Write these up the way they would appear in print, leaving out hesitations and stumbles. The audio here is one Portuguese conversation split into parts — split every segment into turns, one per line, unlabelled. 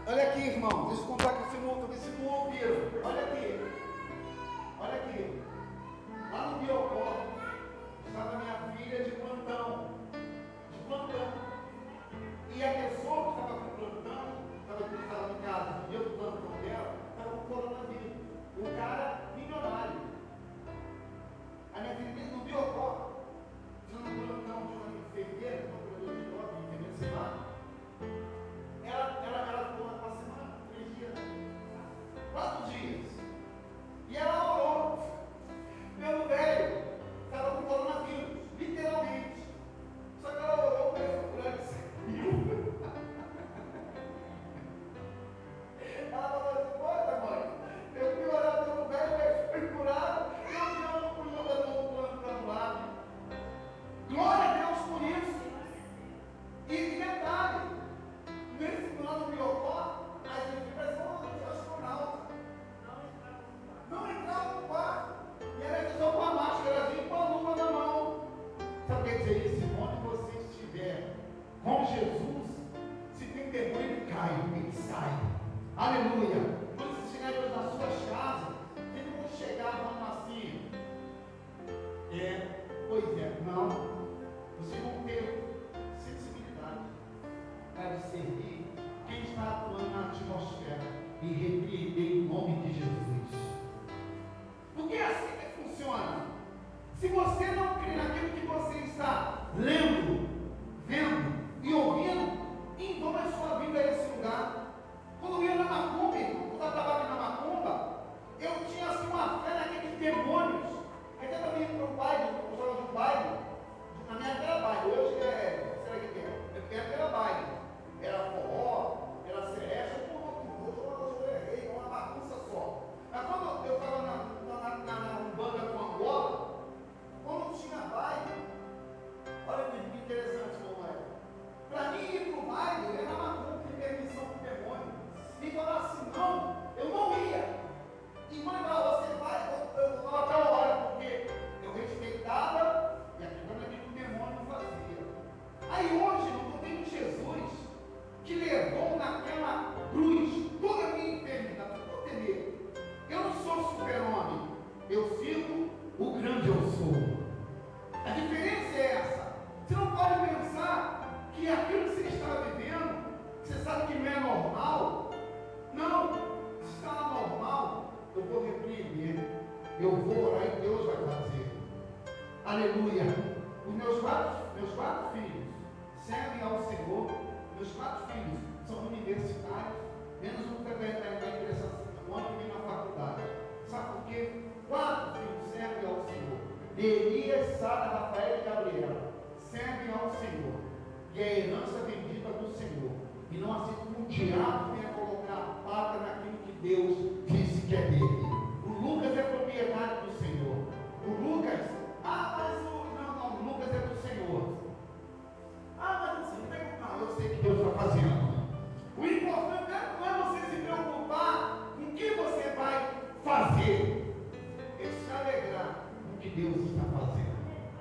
Olha aqui, irmão, deixa eu contar aqui se não ouviram. Olha aqui. Olha aqui. Lá no Biocó, estava minha filha de plantão. De plantão. E a pessoa que estava com plantão, estava em casa, no dia do plantão dela, estava com coronavírus. O cara, milionário. A minha filha no Biocó, tinha um plantão de uma enfermeira, uma operadora de droga, enfermeira, sei lá. Ela ficou uma semana, 3 dias, 4 dias. E ela orou pelo velho, estava com coronavírus, literalmente. Só que ela orou para ele curar e saiu. Ela falou assim: poxa, mãe, eu fui orar pelo velho, ele foi curado, e eu te amo por não plantando lá. Glória a Deus por isso. E detalhe, nesse plano do Biocó, as enfermeiras são astronautas. Não entravam no quarto. E elas estão com a máscara e com a luva na mão. Sabe o que quer dizer isso? Onde você estiver com Jesus, se tem demônio, ele cai, ele sai. Aleluia. Quando vocês chegarem hoje nas suas casas, vocês não vão chegar falando assim: pois é, não. Vocês vão ter sensibilidade para discernir quem está atuando na atmosfera e repreender em nome de Jesus. Porque é assim que funciona. Se você não crê naquilo que você está lendo, vendo e ouvindo, em vão a sua vida a esse lugar. Quando eu ia na macumba, quando eu estava aqui na macumba, eu tinha assim uma fé naqueles demônios. Até para vir para o baile, eu gostava de um baile. Na minha época era baile, hoje será que é? Na minha época era baile. Era forró, era seresta, hoje eu errei, uma bagunça só. Mas quando eu estava na Umbanda com Angola, quando tinha baile, olha que interessante como é. Para mim ir para o baile, era uma macumba de permissão para o demônio. E falar assim: não, eu não ia. E mãe, você vai, eu vou até a hora, porque eu respeitava e acreditava naquilo que o demônio fazia. Aí hoje, eu tenho Jesus, que levou naquela cruz toda a minha enfermidade, não vou temer. Eu não sou super-homem, eu sigo o grande eu sou. A diferença é essa. Você não pode pensar que aquilo que você está vivendo, você sabe que não é normal. Não, se está normal, eu vou repreender, eu vou orar e Deus vai fazer. Aleluia. Os meus quatro filhos servem ao Senhor. Meus 4 filhos são universitários, menos um que vai ingressar no ano que vem na faculdade. Sabe por quê? 4 filhos servem ao Senhor. Elias, Sara, Rafael e Gabriela servem ao Senhor. E a herança bendita do Senhor. E não aceita que o diabo venha colocar a pata naquilo que Deus disse que é dele. O Lucas é propriedade do Senhor. O Lucas, mas o Lucas é do Senhor. Mas você não tem. Não, eu sei que Deus está fazendo. O importante não é você se preocupar com o que você vai fazer, é se alegrar com o que Deus está fazendo.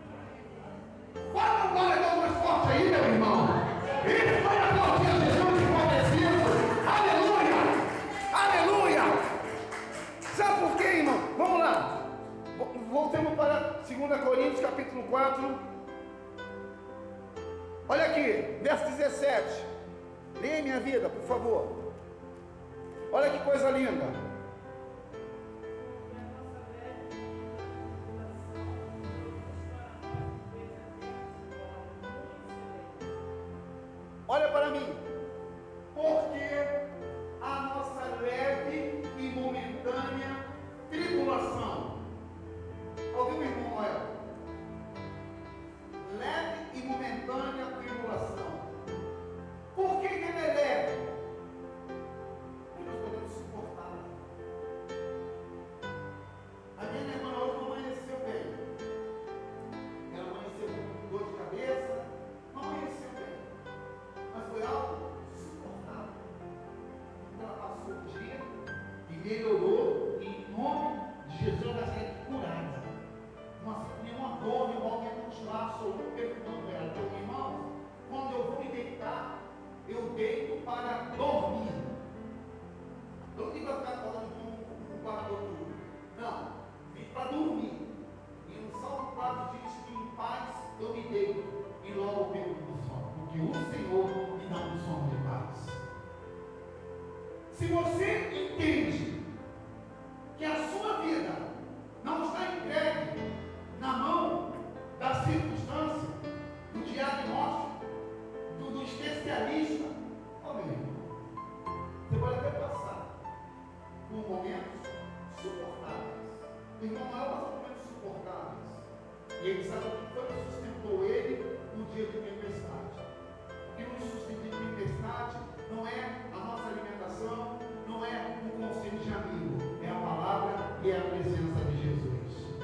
Bota um glória a Deus mais forte aí, meu irmão. Isso vai aplaudir a Jesus enfornecido. Aleluia! Aleluia! Sabe por quê, irmão? Vamos lá. Voltemos para 2 Coríntios capítulo 4. Olha aqui, verso 17. Leia minha vida, por favor. Olha que coisa linda. Olha para mim. Porque a nossa leve e momentânea tribulação. Ouviu, irmão Noel? Leve e momentânea tribulação. Por que ela é leve? Porque nós podemos suportar. A minha irmã hoje não amanheceu bem. Ela amanheceu com dor de cabeça, não amanheceu bem. Mas foi algo suportável. Ela passou o dia e melhorou, e em nome de Jesus ela vai sair curada. Nenhuma dor, nenhuma quer continuar absoluto perguntando ela. Então, irmãos, quando eu vou me deitar, eu deito para dormir. Se você entende que a sua vida não está entregue na mão da circunstância, do diagnóstico, do especialista, ó meu irmão, você pode até passar por momentos suportáveis. O irmão não passou por momentos suportáveis. E ele sabe o que foi que sustentou ele no dia de tempestade. O que nos sustenta de tempestade não é a nossa alimentação, não é um conselho de amigo, é a palavra e é a presença de Jesus.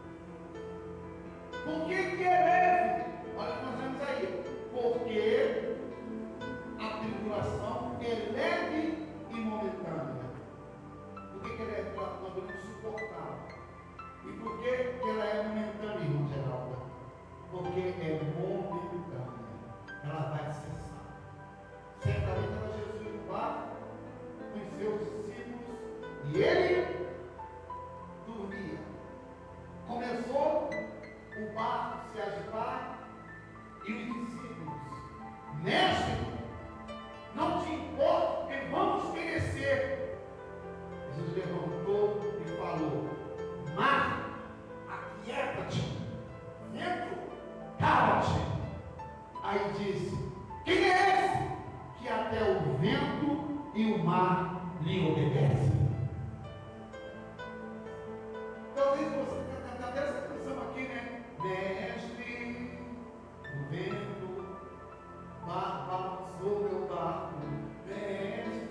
Por que é leve? Olha o que nós vemos aí. Porque a tribulação é leve e momentânea. Por que ela é? Nós devemos suportar. E por que ela é momentânea, irmão Geraldo? Porque é momentânea. Ela vai cessar. Certamente estava Jesus no barco com os seus discípulos e ele dormia. Começou o barco se agitar e os discípulos: mestre, não te importa que vamos perecer. Jesus levantou e falou: mar, aquieta-te, vento, cala-te. Aí disse: quem é esse que até o vento e o mar lhe obedecem? Talvez você cantar essa canção aqui, né? Mestre, o vento balançou meu barco. Mestre,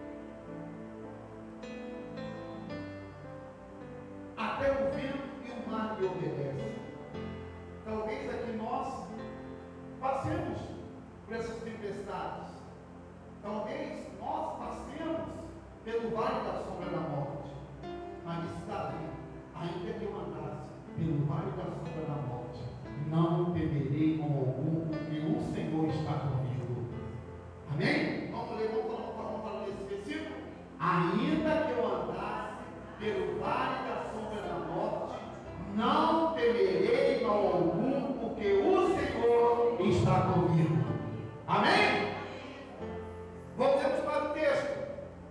até o vento e o mar lhe obedecem. Talvez aqui nós passemos por essas tempestades. Talvez nós passemos pelo vale da sombra da morte. Mas está bem, ainda que eu andasse pelo vale da sombra da morte, não temerei mal algum, porque o Senhor está comigo. Amém? Vamos ler, vamos falar desse versículo? Ainda que eu andasse pelo vale da sombra da morte, não temerei mal algum, porque o Senhor está comigo. Amém? Voltemos para o texto.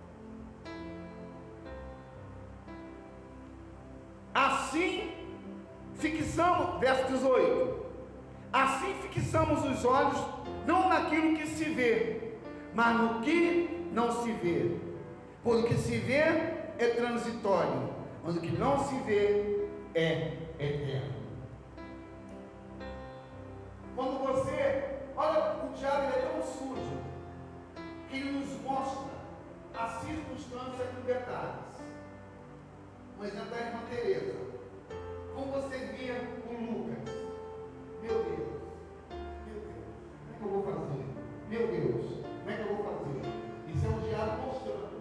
Assim fixamos, verso 18: assim fixamos os olhos não naquilo que se vê, mas no que não se vê. Pois o que se vê é transitório, mas o que não se vê é eterno. Quando você olha, o diabo é tão sujo que ele nos mostra a circunstância com detalhes. Um exemplo da irmã Teresa. Como você via o Lucas: meu Deus, como é que eu vou fazer? Meu Deus, como é que eu vou fazer? Isso é o diabo mostrando.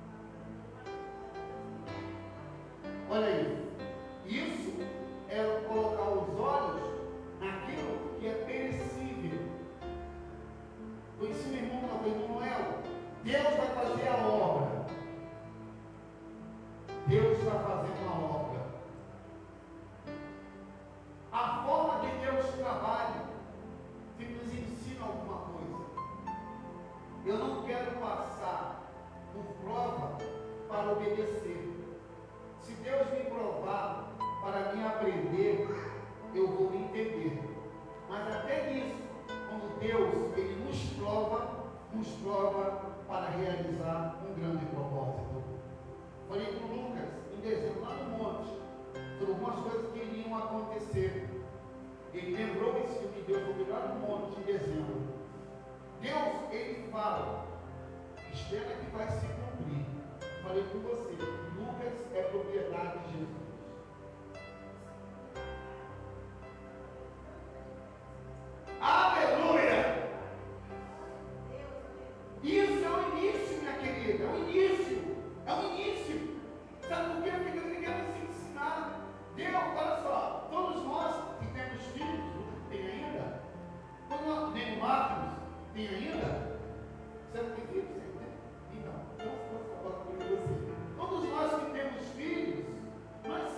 Olha aí, isso é colocar os olhos naquilo que é perecível. Eu ensino irmão Noel: Deus vai fazer a obra. Deus está fazendo a obra. A forma que Deus trabalha que nos ensina alguma coisa. Eu não quero passar por prova para obedecer. Se Deus me provar para me aprender, eu vou entender. Mas até nisso, quando Deus ele nos prova para realizar um grande propósito. Falei com o Lucas em dezembro, lá no monte, sobre algumas coisas que iriam acontecer. Ele lembrou esse filme que Deus foi lá no monte em dezembro. Deus, ele fala, espera que vai se cumprir. Falei com você, Lucas é propriedade de Jesus. Aleluia! Isso é o início, minha querida, é o início, é o início. Sabe por quê? Porque Deus quer nos ensinar. Deus, olha só, todos nós que temos filhos, tem ainda? Quando nós temos Marcos, tem ainda? Você não tem filhos? Você tem? Então, eu posso falar com você. Todos nós que temos filhos, nós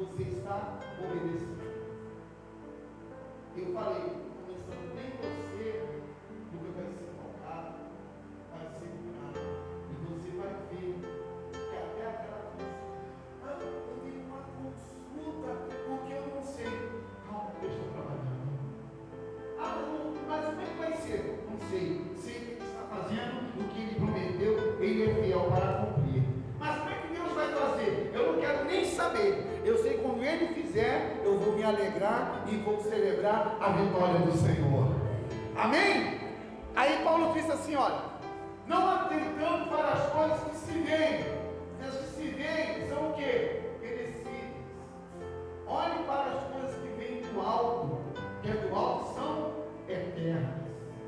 você está obedecendo. Eu falei, começando nem você, nunca vai ser tocado, vai ser curado. E você vai ver que até aquela coisa, eu tenho uma consulta, porque eu não sei. Calma, deixa eu trabalhando. Mas como é que vai ser? Não sei. Sei que ele está fazendo o que ele prometeu, ele é fiel para cumprir. Mas como é que Deus vai fazer? Eu não quero nem saber. Eu sei que quando ele fizer, eu vou me alegrar e vou celebrar a vitória do Senhor. Amém? Aí Paulo disse assim, olha, não atentando para as coisas que se veem. As que se veem são o quê? Perecíveis. Olhe para as coisas que vêm do alto, que é do alto, são eternas.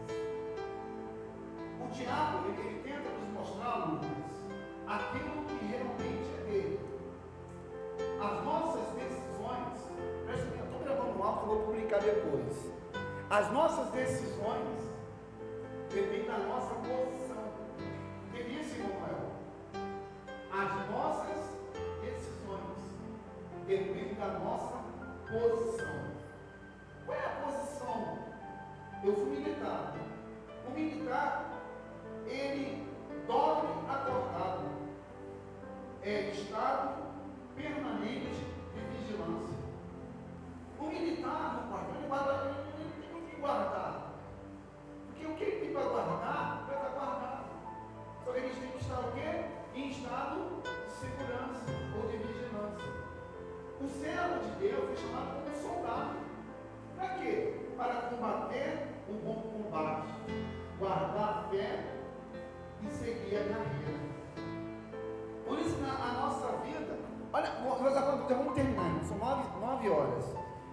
O diabo, ele tenta nos mostrar, Lucas, aquilo que realmente é dele. As nossas decisões, presta atenção, eu estou gravando alto, eu vou publicar depois. As nossas decisões dependem da nossa posição. O que disse, Manuel? As nossas decisões dependem da nossa posição. Qual é a posição? Eu fui militar. O militar, ele dorme acordado. É estado permanente de vigilância. O militar no quartel, ele tem muito que guardar. Porque o que ele tem para guardar, vai estar guardado. Só que eles têm que estar o quê? Em estado de segurança ou de vigilância. O servo de Deus foi chamado como soldado. Para quê? Para combater o bom combate, guardar a fé e seguir a carreira. Por isso, na nossa vida, olha, nós agora vamos terminar, são 9 horas.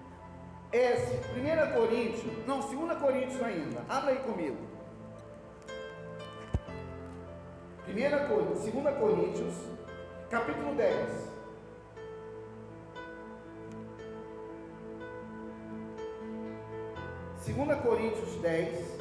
1 Coríntios, não, 2 Coríntios ainda, abra aí comigo. 2 Coríntios, capítulo 10. Segunda Coríntios 10.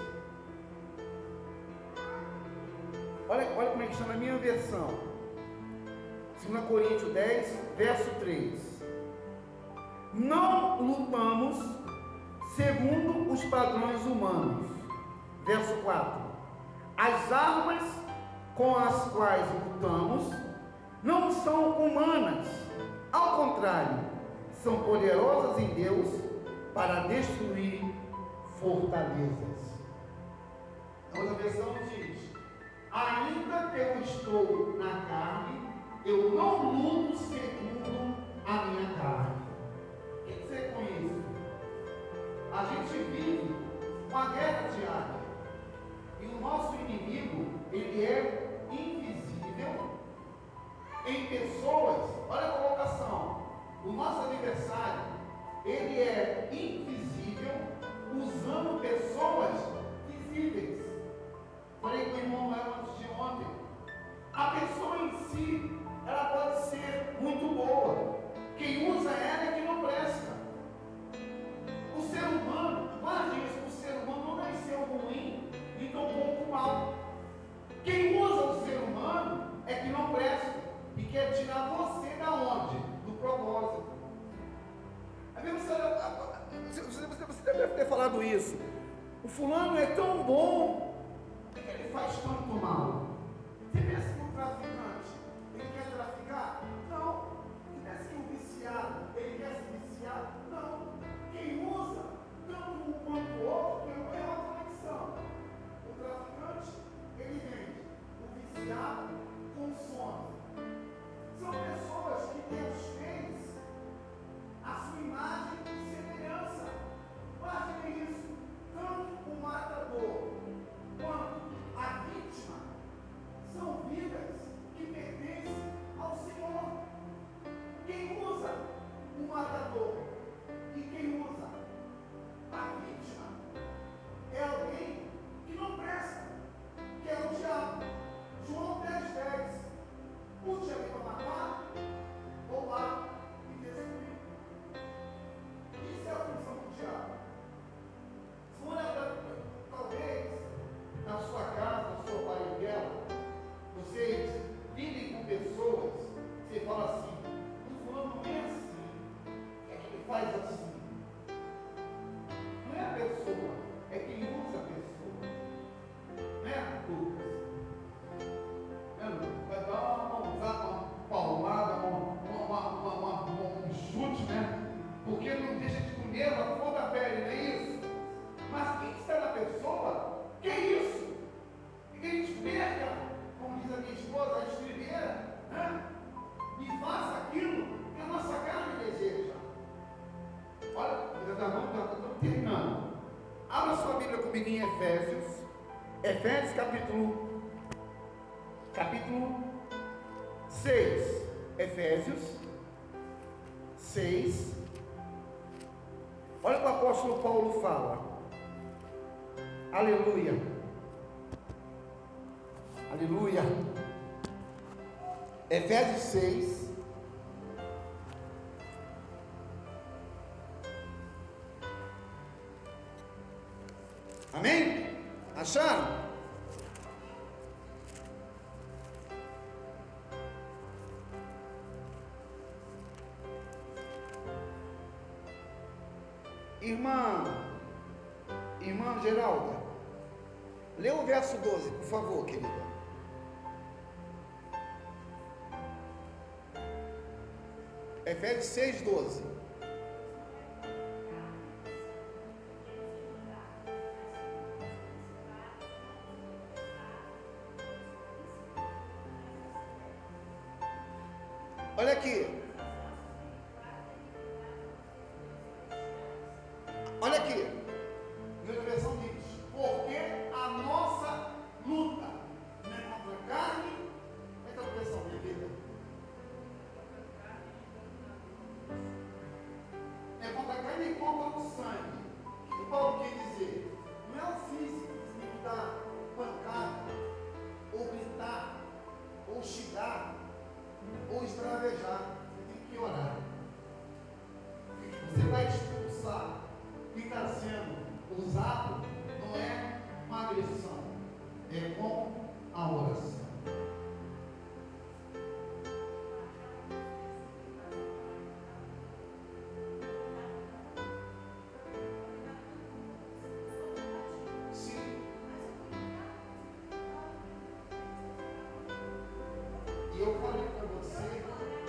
Olha como é que chama a minha versão. 2 Coríntios 10, verso 3. Não lutamos segundo os padrões humanos. Verso 4. As armas com as quais lutamos não são humanas. Ao contrário, são poderosas em Deus para destruir fortalezas. Outra versão diz: ainda que eu estou na carne, eu não luto segundo a minha carne. O que quer dizer com isso? A gente vive uma guerra diária e o nosso inimigo, ele é invisível em pessoas. Olha a colocação: o nosso adversário, ele é invisível usando pessoas visíveis. Falei com o irmão antes de ontem. A pessoa em si, ela pode ser muito boa. Quem usa ela é que não presta. O ser humano, guarde isso, o ser humano não nasceu ruim e tão pouco mal. Quem usa o ser humano é que não presta e quer tirar você da onde? Do propósito. Você deve ter falado isso. O fulano é tão bom, por que ele faz tanto mal? Você pensa que o traficante, ele quer traficar? Não. Você pensa que o viciado, ele quer se viciar? Não. Quem usa, tanto um quanto o outro, tem uma conexão. O traficante, ele vende. O viciado, consome. São pessoas que Deus fez a sua imagem e semelhança. Guarde isso. Tanto o matador quanto a vítima são vidas que pertencem ao Senhor. Quem usa o matador e quem usa a vítima é alguém que não presta, que é o diabo. João 10:10. Pude ali para matar, roubar e destruir. Isso é a função do diabo. Se for talvez na sua casa, na sua parentela, vocês lidem com pessoas, você fala assim: o fulano não é assim, porque não deixa de comer a flor da pele, não é isso? Mas quem está na pessoa, que é isso? Que a gente perca, como diz a minha esposa, a estribeira, né? E faça aquilo que a nossa carne deseja. Olha, estamos terminando. Abra sua Bíblia comigo em Efésios. Efésios capítulo 6. Efésios 6. Olha o que o apóstolo Paulo fala. Aleluia. Aleluia. Efésios 6. Amém? Acharam? Irmã Geralda, lê o verso 12, por favor, querida. Efésios 6, 12. Olha aqui. Olha aqui. A versão diz: porque a nossa luta não é contra a carne. Como é que é a versão, minha vida? É contra a carne e contra o sangue. O que Paulo quer dizer? Não é o físico que dá pancada, ou gritar, ou xingar, ou esbravejar. Você tem que orar. Você vai expulsar o que está sendo usado, não é uma agressão, é com a oração. Sim. E eu falei para você.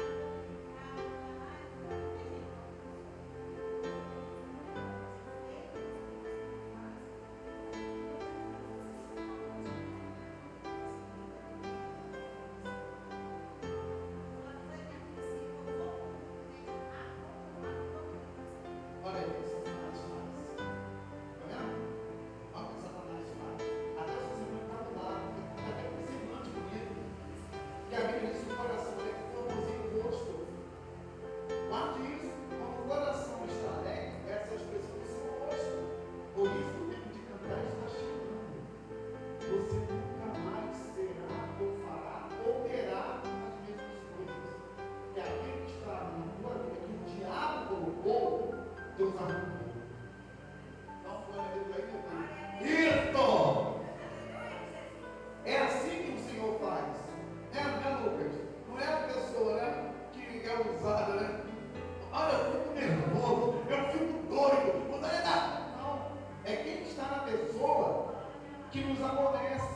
Olha aí, Satanás faz. Está vendo? Olha o que Satanás faz. Até o seu semblante está mudado. Até com semblante bonito. Que a Bíblia diz que o coração é que formosea o rosto. Guarde isso. Quando o coração está alegre, essa expressão do seu rosto. Por isso o tempo de cantar está chegando. Você nunca mais será, ou fará, ou terá as mesmas coisas. Que aquilo que está na tua vida, que o diabo colocou, Deus arrumou. Então, glória a Deus aí, isso! É assim que o Senhor faz. Né, Lucas? Não é a pessoa, né, que é usada, né? Olha, eu fico nervoso, eu fico doido. Não é nada. Não. É quem está na pessoa que nos aborrece.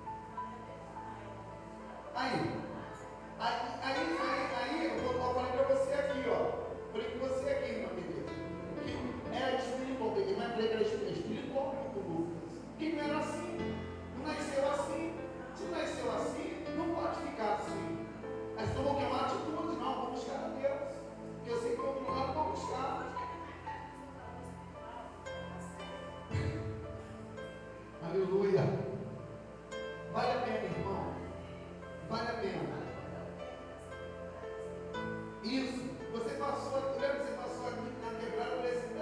Aí, eu falei para você aqui, ó. Falei para você aqui, meu querido. Que era espiritual, mas falei que era espiritual com o Lucas. Que não era assim. Não nasceu assim. Se não nasceu assim, não pode ficar assim. Mas tomou que é uma atitude, não, vamos buscar a Deus. Que eu sei que outro lugar não vou buscar. Aleluia. Vale a pena, irmão. Vale a pena. Isso. Você passou, lembra que você passou aqui na quebrada, eu falei assim,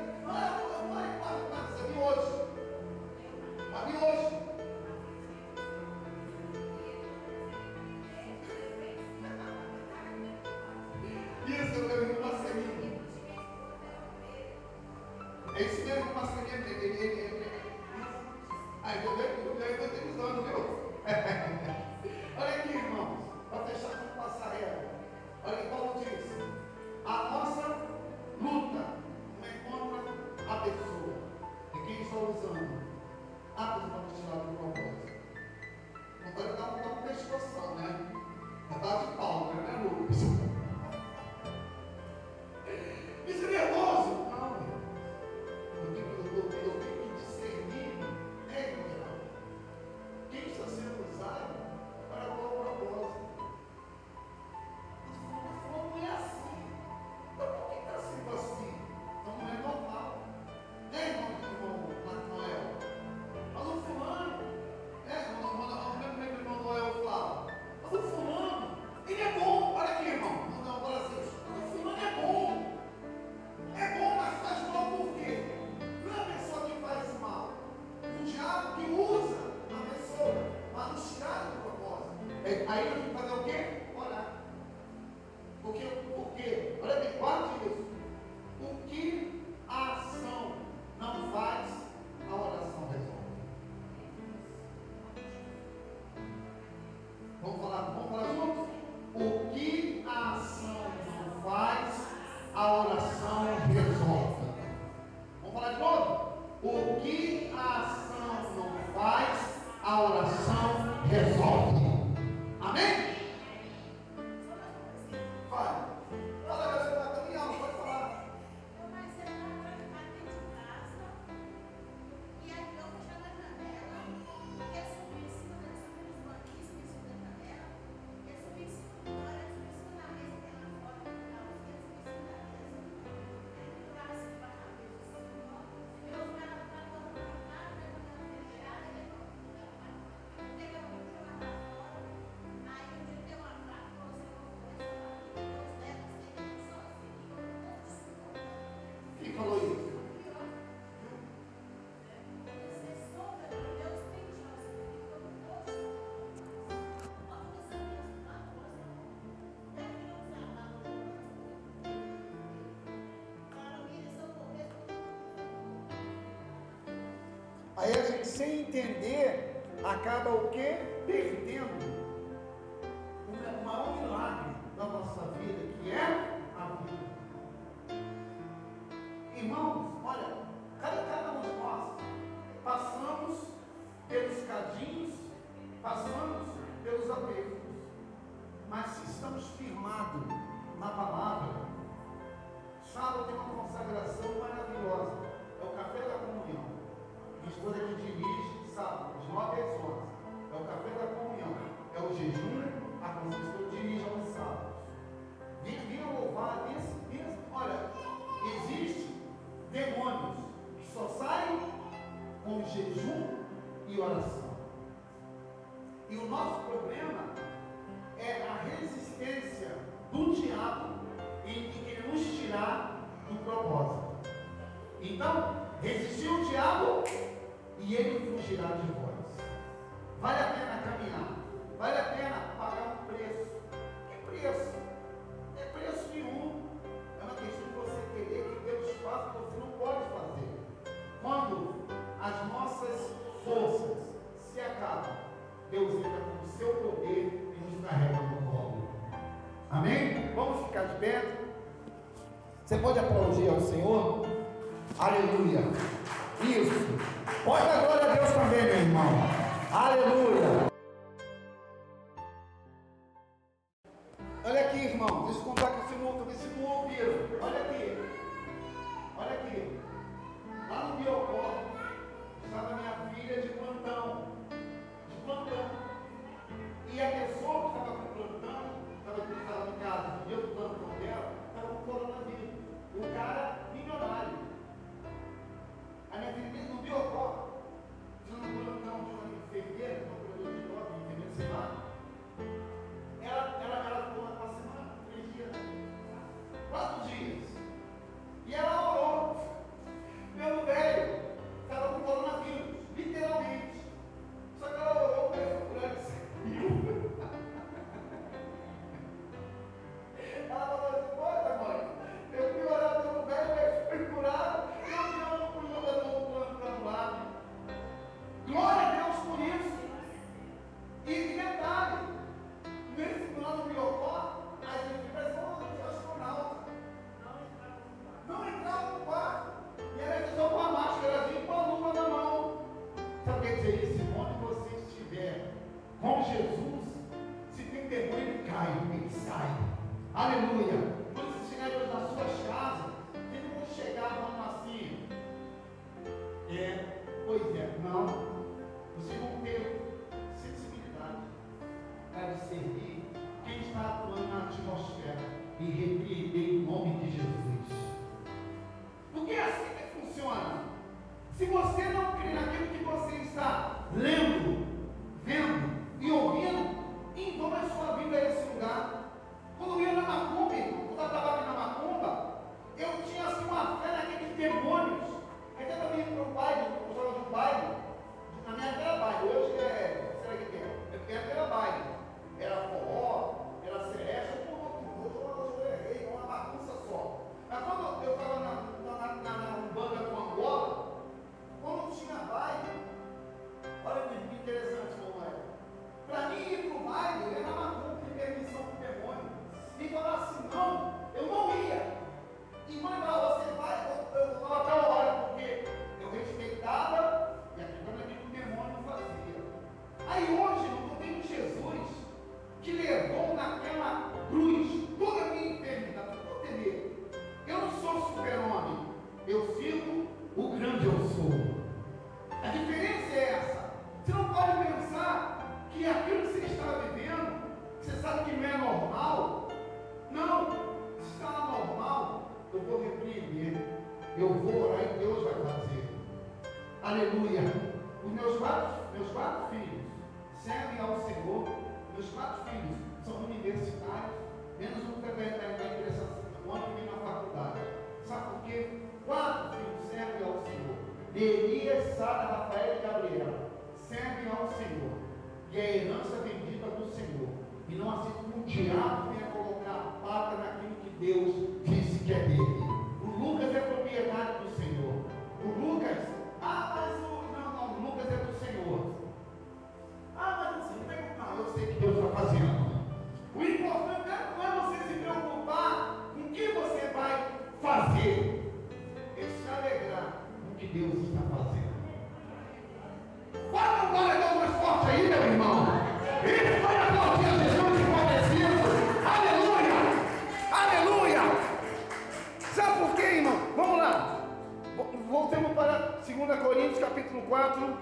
você viu hoje? Mas viu hoje? Isso, eu lembro do Marcelinho. É isso mesmo, o Marcelinho. Aí eu lembro dos anos, viu? Olha aqui, irmãos, para fechar com passarela. Olha que Paulo diz: a nossa luta não é contra a pessoa, é quem está usando a pessoa para nos tirar do propósito. Não pode dar uma pescoção, né? É dar de pau, né, Lucas? Isso é verdade. sem entender, acaba o quê? Perdendo o maior milagre da nossa vida, que é a vida. Irmãos, olha, cada um de nós passamos pelos cadinhos, passamos pelos apertos, mas se estamos firmados na palavra, sábado tem uma consagração maravilhosa, é o café da comunhão. Minha esposa que dirige sábado, de 9 às 11, é o café da comunhão, é o jejum, a consagração que dirige aos sábados. Vinha louvar, olha, existe demônios que só saem com jejum e oração. E o nosso problema é a resistência do diabo em querer nos tirar do propósito. Então, resistir o diabo e ele fugirá de vós. Vale a pena caminhar, vale a pena pagar um preço. Que preço? Não é preço nenhum. É uma questão de você querer que Deus faça o que você não pode fazer. Quando as nossas forças se acabam, Deus entra com o seu poder e nos carrega no colo. Amém? Vamos ficar de pé. Você pode aplaudir ao Senhor? Aleluia. Isso. Pode dar glória a Deus também, meu irmão. Aleluia. Olha aqui, irmão. Deixa eu contar com se não ouviram. Olha aqui. Olha aqui. Lá no Biocó, estava minha filha de plantão. E a pessoa que estava com plantão, estava em casa, no dia do plantão dela, estava com coronavírus. O cara milionário. A minha filha no Biocó, tinha um plantão de uma enfermeira, uma operadora de toque, enfermeira, sei lá. Ela ficou uma semana, 3 dias, 4 dias. E ela orou pelo velho, estava com coronavírus, literalmente. Só que ela orou para ele curar de saiu. Ela falou assim: poxa, mãe, eu fui orar pelo velho, ele foi curado, e eu te amo por não dar um plano lá. Glória a Deus por isso. E detalhe, nesse plano do Biocó, a gente precisou de astronauta. Não entrava no quarto. E ela só com a máscara com a luva na mão. Sabe o que quer dizer isso? Onde você estiver com Jesus, se tem demônio, ele cai, ele sai. Aleluia. Quando você chegar hoje nas suas casas, vocês não vão chegar falando assim. Pois é, não. Vocês vão ter sensibilidade para discernir quem está atuando na atmosfera e repreender em nome de Jesus. Porque é assim que funciona. Se você não crê naquilo que você está lendo, vendo e ouvindo, então a sua vida é esse lugar. Quando eu ia na macumba, quando eu trabalhava na macumba, eu tinha assim uma fé naqueles demônios. Até para mim para o baile, eu gostava de baile. Na minha época era baile, hoje será que é? Na minha época era baile. Era forró, era seresta, hoje eu errei, uma bagunça só. Mas quando eu estava na Umbanda com Angola, quando tinha baile, olha que interessante como é. Para mim ir para o baile era uma macumba de permissão para o demônio. E falar assim: não, eu não ia. E mãe, você vai, eu vou até a hora, porque eu respeitava e acreditava naquilo que o demônio fazia. Aí hoje eu tenho Jesus que levou naquela cruz toda a minha enfermidade, não temer. Eu não sou super-homem, eu sigo o grande eu sou. A diferença é essa. Você não pode pensar que aquilo que você está vivendo, você sabe que não é normal. Não, se está normal, eu vou repreender, eu vou orar e Deus vai fazer. Aleluia. Os meus quatro filhos servem ao Senhor. Meus 4 filhos são universitários, menos um que vai ingressar no ano que vem na faculdade. Sabe por quê? 4 filhos servem ao Senhor. Elias, Sara, Rafael e Gabriela servem ao Senhor. E a herança bendita do Senhor. E não aceita que um diabo venha colocar a pata naquilo que Deus disse que é dele. O Lucas é propriedade do Senhor. O Lucas, mas o Lucas é prazer é se alegrar com o que Deus está fazendo. Bota glória a Deus mais forte aí, meu irmão. Isso, vai aplaudir a Jesus enquanto é preciso. Aleluia! Aleluia! Sabe por quê, irmão? Vamos lá. Voltemos para 2 Coríntios, capítulo 4.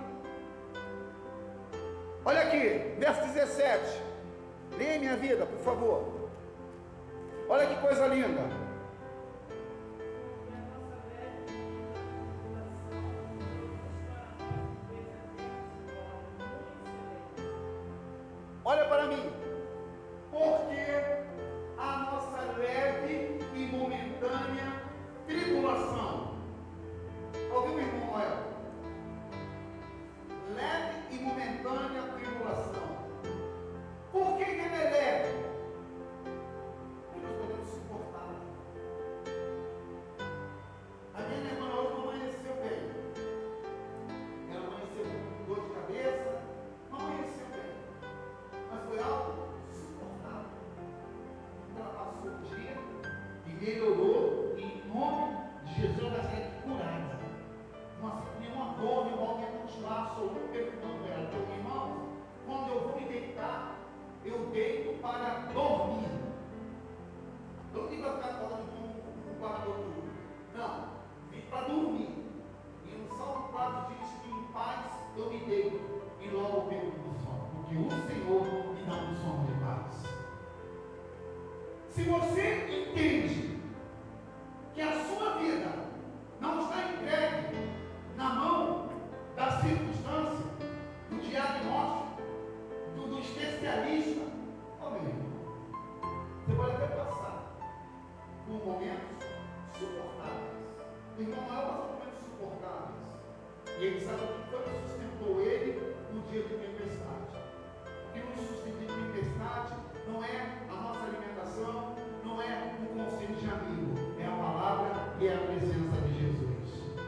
Olha aqui, verso 17. Leia minha vida, por favor. Olha que coisa linda. Olha para mim. Porque a nossa leve e momentânea tribulação. Ouviu, irmão Noel? Leve e momentânea tribulação. Por que ela é leve? Porque nós podemos suportar. A minha irmã hoje não amanheceu bem. Ela amanheceu com dor de cabeça. Não amanheceu bem. Mas foi algo suportável. Ela passou o dia e melhorou. Em nome de Jesus, ela vai ser curada. Não nenhuma dor, nenhum mal que continuar absoluto perturbando ela. Então, irmãos, quando eu vou me deitar, eu deito para dormir. Eu não digo para ficar falando com o guardador tudo. Não, vim para dormir. E no Salmo 4 diz que em paz eu me deito e logo pego no sono. Porque o Senhor me dá um sono de paz. Se você entende que a sua vida não está entregue na mão da circunstância, do diagnóstico, do especialista, meu irmão, você pode até passar por momentos suportáveis. O irmão Noel passou por momentos suportáveis. E ele sabe o que foi que sustentou ele no dia de tempestade. O que nos sustenta em tempestade não é a nossa alimentação, não é um conselho de amigo, é a palavra e é a presença de Jesus.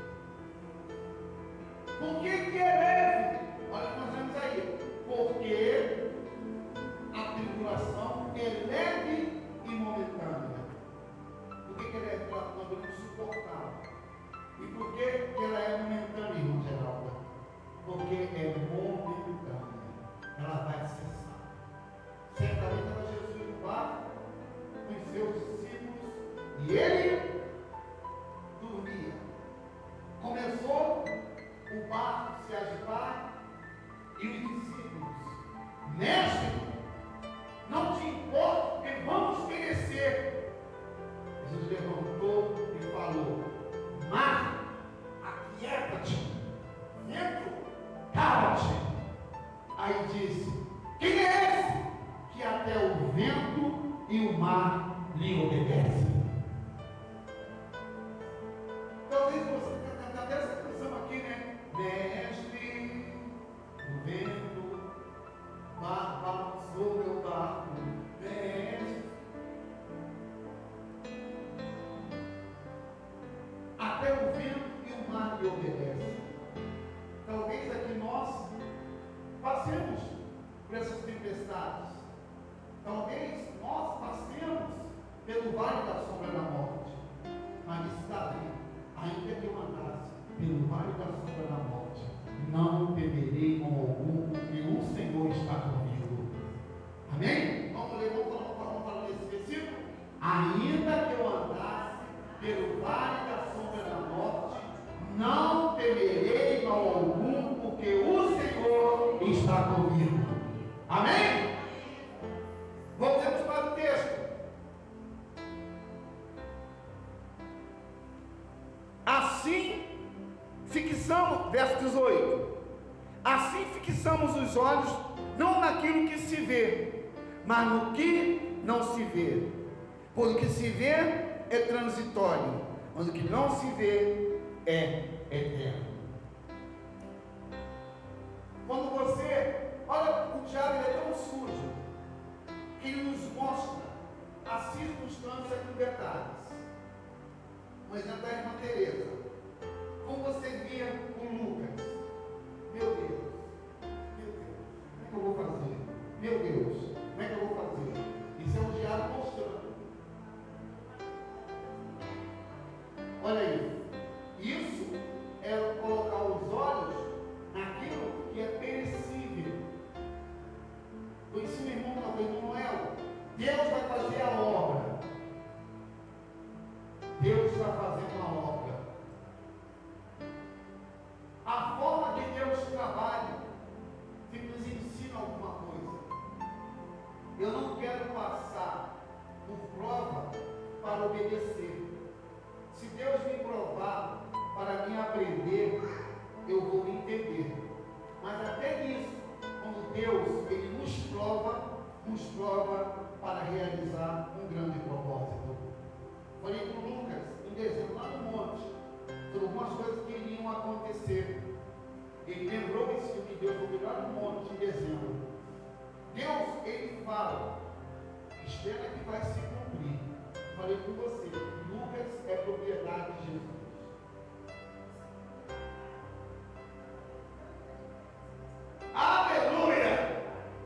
Por que é leve? Olha o que nós vemos aí. Porque a tribulação é leve e momentânea. Por que ela é? Nós podemos suportar. E por que ela é momentânea, irmão Geraldo? Porque é momentânea. Ela vai cessar. Certamente estava Jesus no barco com os seus discípulos e ele dormia. Começou o barco se agitar e os discípulos: Mestre, não te importa, porque vamos perecer. Jesus levantou e falou: Mar, aquieta-te, vento, cala-te. Aí disse: Quem é esse que até o vento e o mar lhe obedecem? Talvez você tenha essa expressão aqui, né? Mestre, o vento balançou meu barco. Mestre, até o vento e o mar lhe obedecem. Talvez aqui nós passemos por essas tempestades. Talvez nós passemos pelo vale da sombra da morte. Mas disse Davi: ainda que eu andasse pelo vale da sombra da morte, não temerei mal algum, porque o Senhor está comigo. Amém? Vamos ler, vamos falar nesse versículo. Ainda que eu andasse pelo vale da sombra da morte, não temerei mal algum, porque o Senhor está comigo. Amém? Voltemos para o texto. Assim fixamos, verso 18: assim fixamos os olhos, não naquilo que se vê, mas no que não se vê. Pois o que se vê é transitório, mas o que não se vê é eterno. Quando você olha, o diabo é tão sujo que ele nos mostra a circunstância com detalhes. Um exemplo da irmã Teresa. Como você via com Lucas: meu Deus, como é que eu vou fazer? Meu Deus, como é que eu vou fazer? Isso é o diabo mostrando. Olha aí. Isso é colocar os olhos naquilo que é perecível. Por isso, meu irmão Noel, Deus vai fazer a obra. Deus está fazendo a obra. A forma que Deus trabalha se nos ensina alguma coisa. Eu não quero passar por prova para obedecer. Se Deus me provar para me aprender, eu vou me entender. Mas até nisso, quando Deus ele nos prova para realizar um grande propósito. Falei com o Lucas em dezembro, lá no monte, sobre algumas coisas que iriam acontecer. Ele lembrou esse filme que Deus ouviu lá no monte em dezembro. Deus, ele fala, espera que vai se cumprir. Falei com você, Lucas é propriedade de Jesus. Aleluia!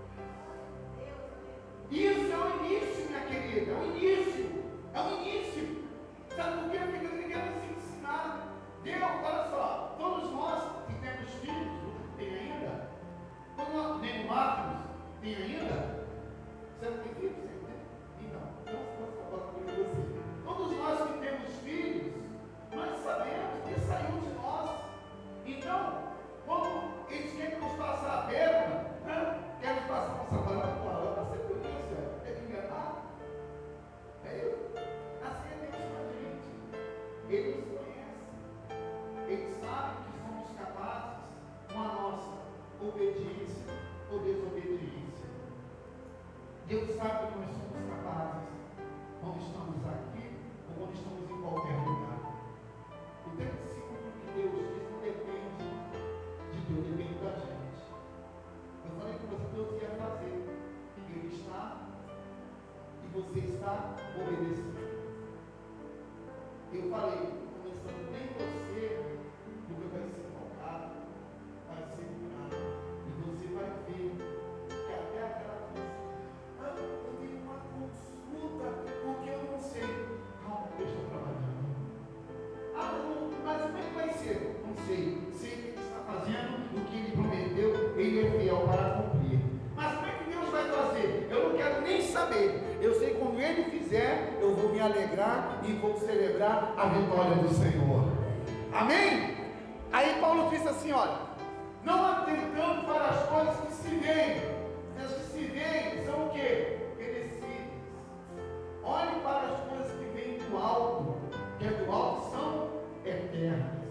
Isso é o início, minha querida, é o início. É o início. Sabe por quê? Porque Deus quer nos ensinar. Deus, olha só, todos nós que temos filhos, tem ainda? Nem o Marcos tem ainda? Você não tem filhos? Você tem? Então, eu vou falar com você. Todos nós que temos filhos, nós sabemos que saiu de nós. Então, quando eles querem nos passar a perna, querem nos passar a nossa palavra, para ser polícia, é me enganar. Assim é Deus com a gente. Ele nos conhece. Ele sabe que somos capazes com a nossa obediência ou desobediência. Deus sabe que nós somos capazes quando estamos aqui ou quando estamos em qualquer lugar. O tempo segundo que Deus diz não depende de Deus, depende da gente. Eu falei que você Deus ia fazer. Ele está e você está obedecendo. Eu falei, começando nem você, porque vai ser tocado, vai ser curado. E você vai ver que até aquela coisa, eu tenho uma consulta, porque eu não sei. Calma, Deus está trabalhando. Mas como é que vai ser? Não sei. Sei que Ele está fazendo o que Ele prometeu, Ele é fiel para cumprir. Mas como é que Deus vai fazer? Eu não quero nem saber. Eu sei que quando Ele fizer, eu vou me alegrar e vou celebrar a vitória do Senhor. Amém? Aí Paulo disse assim, olha, não atentando para as coisas que se veem. As que se veem são o quê? Perecíveis. Olhe para as coisas que vêm do alto, que é do alto, são eternas.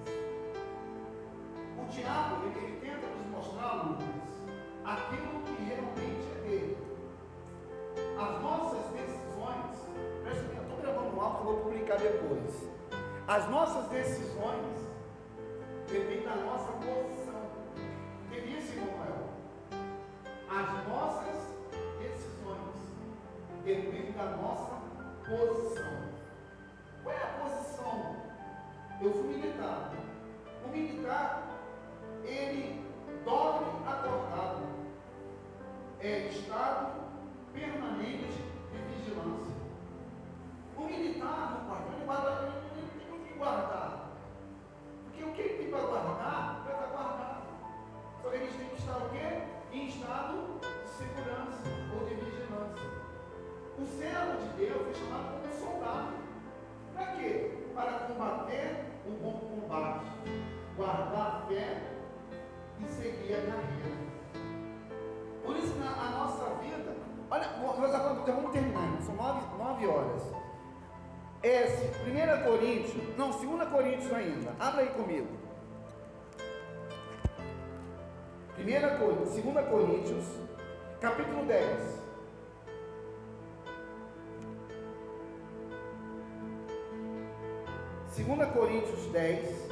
O diabo, ele tenta nos mostrar, Lucas, aquilo que realmente é dele. As nossas decisões, presta atenção, estou gravando um áudio que eu vou publicar depois. As nossas decisões dependem da nossa posição. Que disse, Manuel? As nossas decisões dependem da nossa posição. Qual é a posição? Eu fui militar. O militar, ele dorme acordado. É estado permanente de vigilância. O militar, no quartel, ele tem que guardar. Porque o que ele tem para guardar, vai estar guardado. Só que eles têm que estar o quê? Em estado de segurança ou de vigilância. O servo de Deus é chamado como soldado. Para quê? Para combater o bom combate, guardar a fé e seguir a carreira. Por isso, a nossa vida, olha, nós já vamos terminar, são 9 horas. 1 Coríntios, não, 2 Coríntios ainda, abra aí comigo. 2 Coríntios, capítulo 10. Segunda Coríntios 10.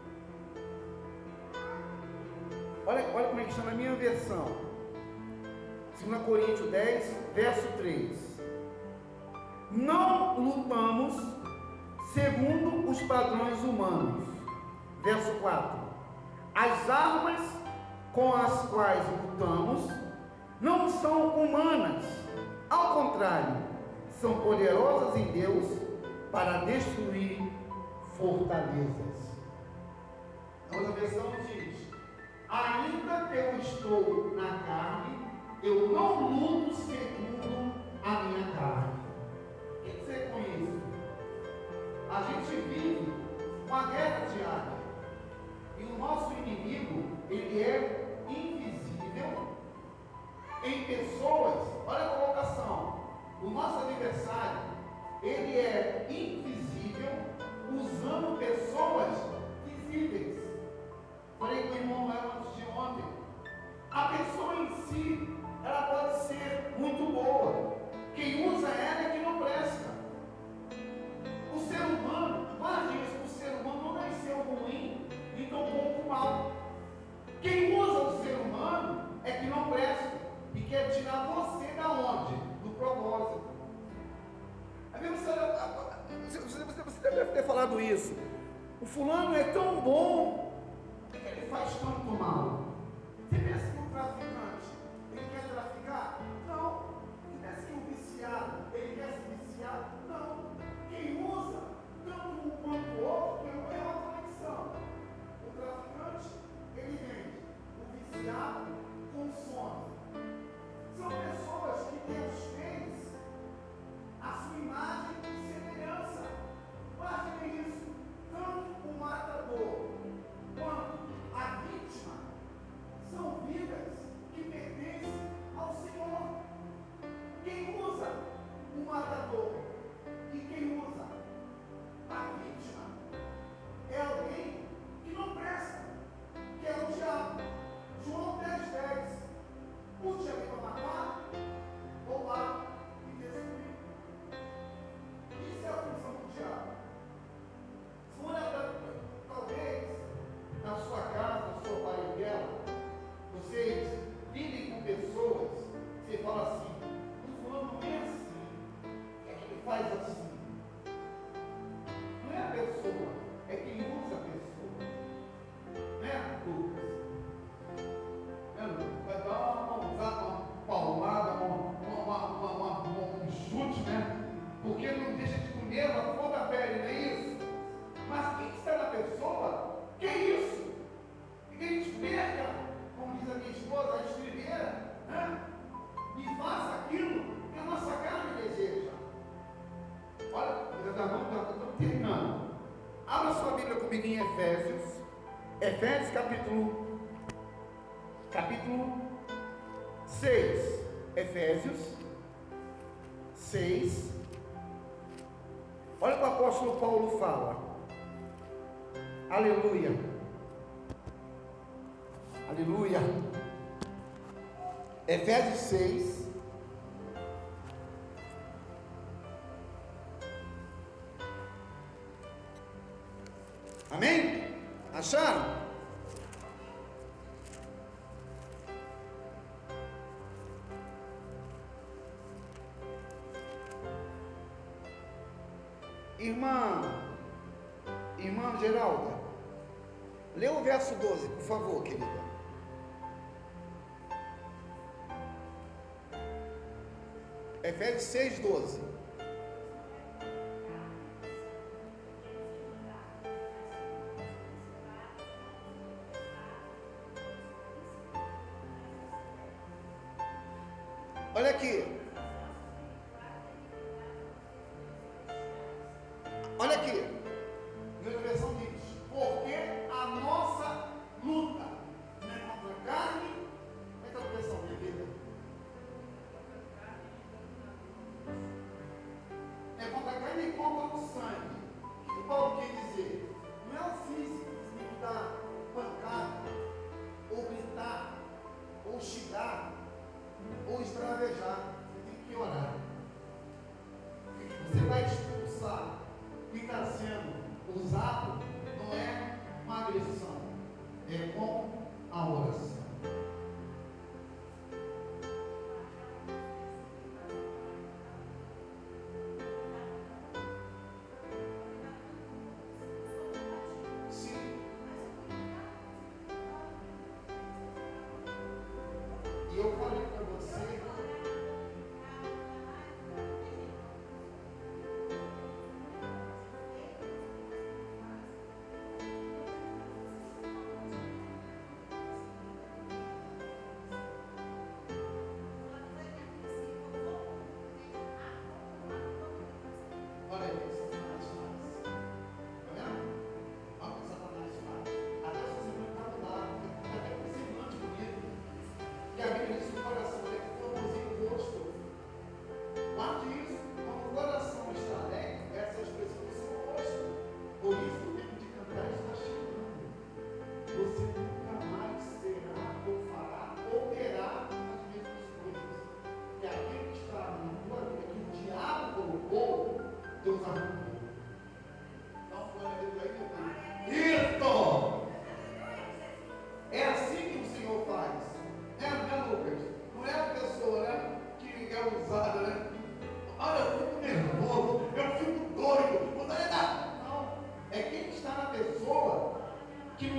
Olha como é que chama a minha versão. 2 Coríntios 10, verso 3. Não lutamos segundo os padrões humanos. Verso 4. As armas com as quais lutamos não são humanas. Ao contrário, são poderosas em Deus para destruir fortalezas. A outra versão diz: ainda que eu estou na carne, eu não luto segundo a minha carne. O que quer dizer com isso? A gente vive uma guerra diária. E o nosso inimigo, ele é invisível em pessoas. Olha a colocação. O nosso adversário, ele é invisível usando pessoas visíveis. Falei com o irmão Léo antes de ontem. A pessoa em si, ela pode ser muito boa. Quem usa ela é que não presta. O ser humano, guarde isso, o ser humano não nasceu ruim, e tão pouco mal. Quem usa o ser humano é que não presta e quer tirar você da onde? Do propósito. Você deve ter falado isso. O fulano é tão bom, por que ele faz tanto mal? Você pensa que o traficante, ele quer traficar? Não. Você pensa que o viciado, ele quer se viciar? Não. Quem usa, tanto um quanto o outro, é uma conexão. O traficante, ele vende. O viciado, consome. São pessoas que Deus fez a sua imagem e semelhança. Guardem isso. Tanto o matador quanto a vítima são vidas que pertencem ao Senhor. Quem usa o matador e quem usa a vítima é alguém que não presta, que é o diabo. João 10:10. Puxa ali para matar, roubar e destruir. Isso é a função do diabo. Se você olhar, talvez, na sua casa, na sua parentela, vocês lidem com pessoas, você fala assim: o fulano não é assim, por que ele faz assim? Não é a pessoa, é quem usa a pessoa. Né, Lucas? Vai dar uma palmada, um chute, né? Porque não deixa de comer a flor da pele, não é isso? Mas quem está na pessoa, que é isso? Que a gente perca, como diz a minha esposa, a estribeira, né? E faça aquilo que a nossa carne deseja. Olha, estamos terminando. Abra sua Bíblia comigo em Efésios. Efésios capítulo 6. Efésios 6. Olha o que o apóstolo Paulo fala. Aleluia. Aleluia. Efésios 6. Amém? Acharam? Irmã Geralda, lê o verso 12, por favor, querida. Efésios 6:12. Olha aqui. Olha aqui. Minha versão diz: porque a nossa luta não é contra a carne. Como é que é a versão, minha vida? É contra a carne e contra o sangue. O que Paulo quer dizer? Não é o físico que tem que dar pancada, ou gritar, ou xingar, ou esbravejar.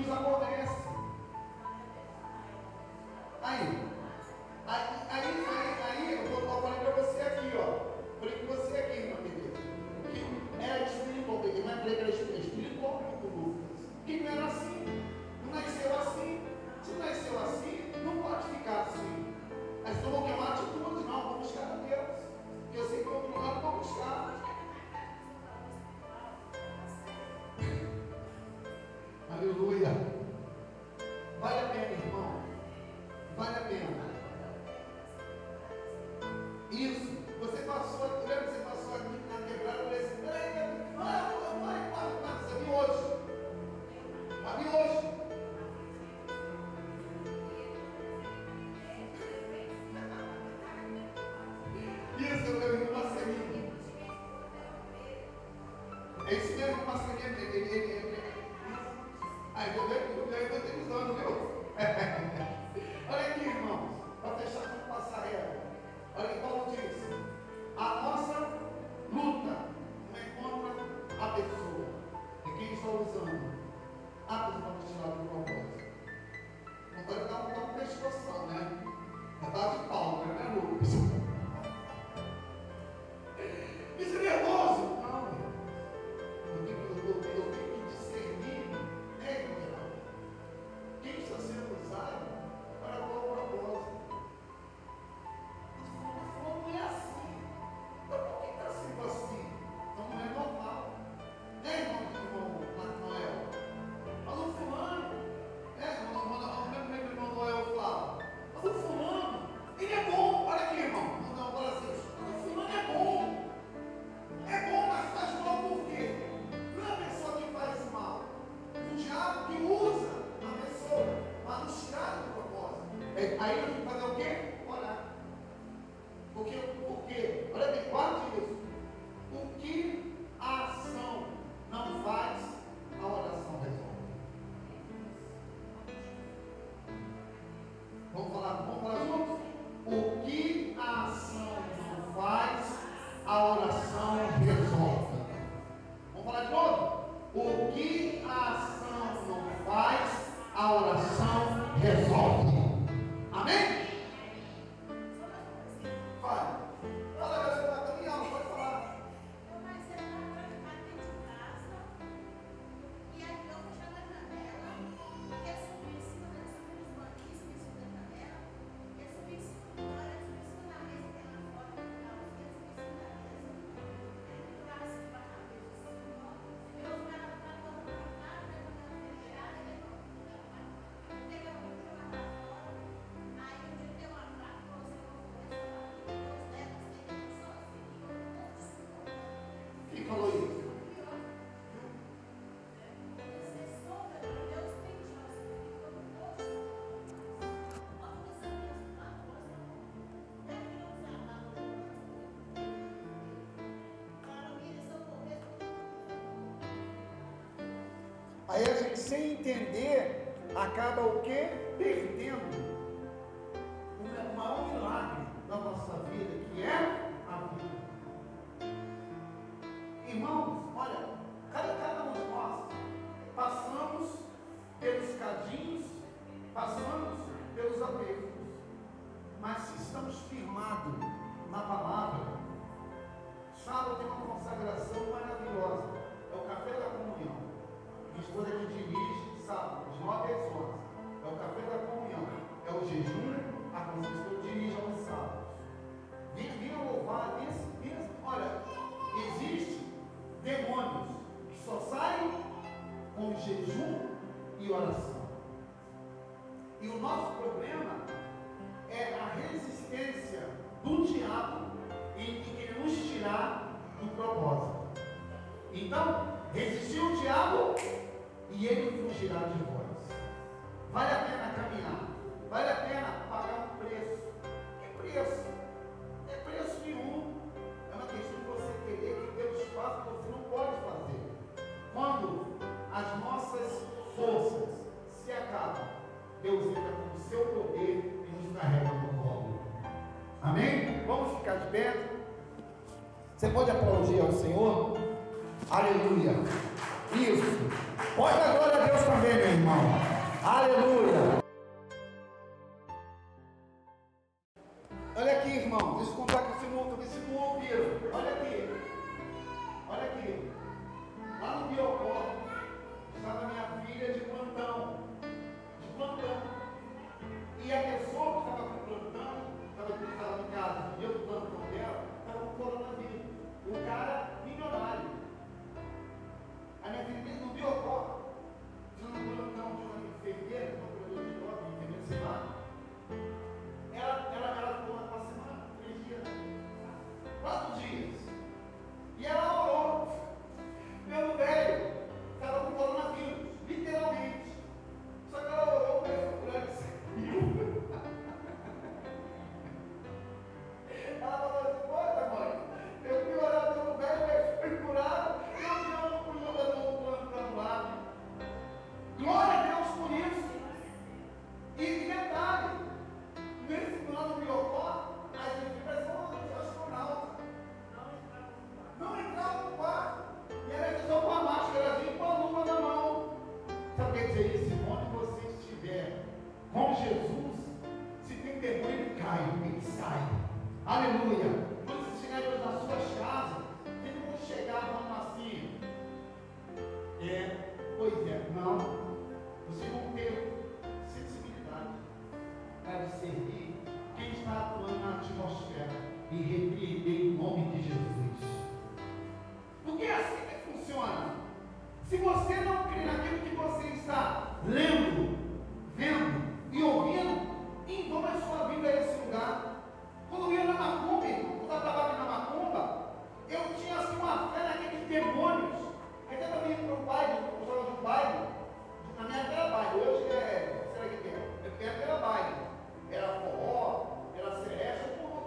nos aborrece. Aí, eu falei para você aqui, ó. Falei com você aqui, irmã querida. Que era espiritual, mas falei que era espiritual com Lucas. Que não era assim. Não nasceu assim. Se nasceu assim, não pode ficar assim. Mas então vou queimar atitude, não, vou buscar a Deus. Porque eu sei que o outro lado vou buscar. Aleluia. Vale a pena, irmão. Vale a pena. Isso. Você passou, lembra que você passou aqui na quebrada? Eu falei assim, peraí, você viu hoje? Mas vi hoje. Isso, eu lembro do Marcelinho. É isso mesmo, o Marcelinho. Eu tenho usando, viu? Olha aqui, irmãos, para fechar com o passarela. Olha que Paulo diz: a nossa luta não é contra a pessoa, é quem está usando a pessoa para tirar do propósito. Não pode dar uma pescoção, né? É de Paulo, não é Lucas. Isso é nervoso? Não. Eu tenho que discernir, quem está sendo usado para qual propósito. Não é assim. Então por que está sendo assim? Então não é normal. Irmão Noel? Mas o fulano, irmão Noel fala, mas o fulano, ele é bom. Olha aqui, irmão. Não, fala assim, mas o fulano é bom. É bom, mas faz mal por quê? Não é a pessoa que faz mal. O diabo que usa a pessoa para nos tirar do propósito. Aí eu tenho que fazer o quê? Orar. Porque, olha bem, guarde isso. O que a ação não faz, a oração resolve. Vamos falar juntos? O que a ação não faz, a oração resolve. Vamos falar de novo? O que a ação não faz, a oração resolve. Amém? Vai. Fala, galera, vai caminhar, pode falar.
Eu mais cedo estava trancado dentro de casa. E aí eu fechando a janela. Eu subi em cima dos banquinhos, subi em cima da janela. Eu subi em cima do banco, eu subi em cima da mesa, que tem lá fora, eu subi em cima da mesa. Eu estava assim, debaixo da mesa, assim. Eu ficava na porta do quarto, eu estava virada, eu peguei uma coisa lá fora. Aí um dia deu uma placa, você
Quem falou isso? Aí a gente, sem entender, acaba o quê? Perdendo o maior milagre da nossa vida, que é a vida. Irmãos, olha, cada um de nós passamos pelos cadinhos, passamos pelos apertos, mas se estamos firmados na palavra, sábado tem uma consagração maravilhosa, é o café da comunhão. Minha esposa que dirige sábado, de 9 às 11, é o café da comunhão, é o jejum, a consagração que eu dirijo aos sábados. Vinha louvar nesse mesmo, olha, existe demônios que só saem com jejum e oração. E o nosso problema é a resistência do diabo em querer nos tirar do propósito. Então, resistiu o diabo e ele fugirá de vós. Vale a pena caminhar, vale a pena pagar um preço. Que preço? Não é preço nenhum. É uma questão de você querer que Deus faça o que você não pode fazer. Quando as nossas forças se acabam, Deus entra com o seu poder e nos carrega no colo. Amém? Vamos ficar de pé. Você pode aplaudir ao Senhor? Aleluia. Isso. Pode dar glória a Deus também, meu irmão. Aleluia. Olha aqui, irmão, deixa eu contar com esse mundo, que se não ouviram. Olha aqui. Olha aqui. Lá no Biocó, estava minha filha de plantão. De plantão. E a pessoa que estava com plantão, estava em casa, no dia do plantão dela, estava com coronavírus. O cara milionário. A minha filha disse no Biocó, tinha um plantão de uma enfermeira, uma operadora de toque, enfermeira, sei lá. Ela ficou uma semana, 3 dias, 4 dias. E ela orou. Meu velho estava com coronavírus, literalmente. Só que ela orou para ele curar e saiu. Ela falou assim: poxa, mãe, eu fui orar pelo velho, ele foi curado. Eu me amo por meu plantão lá. Glória a Deus por isso. E detalhe, nesse plano Biocó, as enfermeiras são astronautas. Não entravam no quarto. E ela entrou com a máscara, com a luva na mão. Sabe o que quer dizer isso? Onde você estiver com Jesus, se tem demônio, ele cai, ele sai. Aleluia. Quando você chegar hoje nas suas casas, tem como chegar, vamos assim. Pois é, não. Vocês vão ter sensibilidade para discernir quem está atuando na atmosfera e repreender em nome de Jesus. Porque é assim que funciona. Se você não crê naquilo que você está lendo, vendo e ouvindo, então a sua vida é esse lugar. Quando eu ia na macumba, quando eu estava na macumba, eu tinha assim uma fé naqueles demônios. Até para mim ir para o baile, eu estava de um baile, na minha época era baile, hoje será que é? Na minha época era baile. Era forró, era seresta,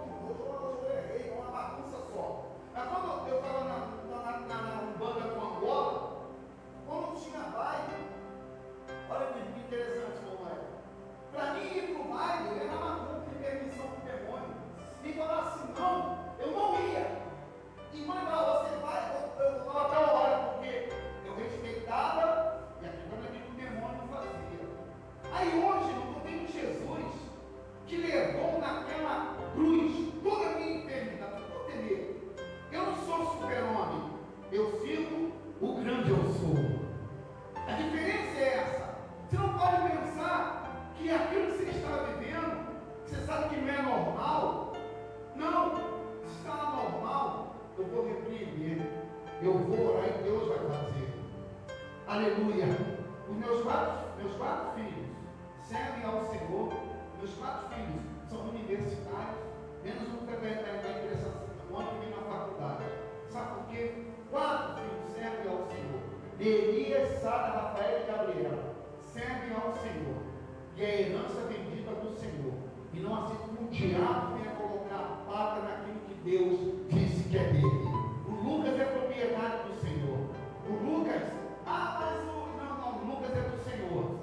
eu errei, uma bagunça só. Mas quando eu estava na Umbanda com Angola, quando tinha baile, olha que interessante como é. Para mim ir para o baile era uma conta de permissão para o demônio. E falar assim: não, eu não ia. E mãe, você vai, eu estava até a hora, porque eu respeitava e aquilo que o demônio fazia. Aí hoje eu tenho Jesus que levou naquela cruz toda a minha enfermidade, tudo entender. Eu não sou super-homem, eu sigo o grande eu sou. A diferença é essa. Você não pode pensar que aquilo que você está vivendo, você sabe que não é normal. Não, se está normal, eu vou repreender, eu vou orar e Deus vai fazer. Aleluia. Os meus quatro filhos servem ao Senhor. Meus 4 filhos são universitários, menos um que vai ingressar no ano que vem na faculdade. Sabe por quê? 4 filhos servem ao Senhor. Elias, Sara, Rafael e Gabriela servem ao Senhor. E a herança bendita do Senhor. E não aceita que o diabo venha colocar a pata naquilo que Deus disse que é dele. O Lucas é propriedade do Senhor. O Lucas, não, o Lucas é do Senhor.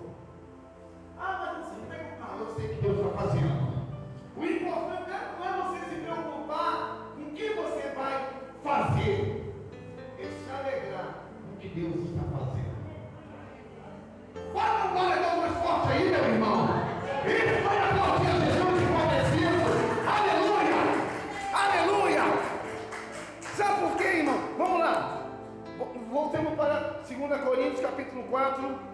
Mas você não, eu sei que Deus está fazendo. O importante não é você se preocupar com o que você vai fazer, é se alegrar com o que Deus está fazendo. Bota um glória a Deus mais forte aí, meu irmão. Isso foi a glória de Jesus acontecido. Aleluia! Aleluia! Sabe por quê, irmão? Vamos lá. Voltemos para 2 Coríntios capítulo 4.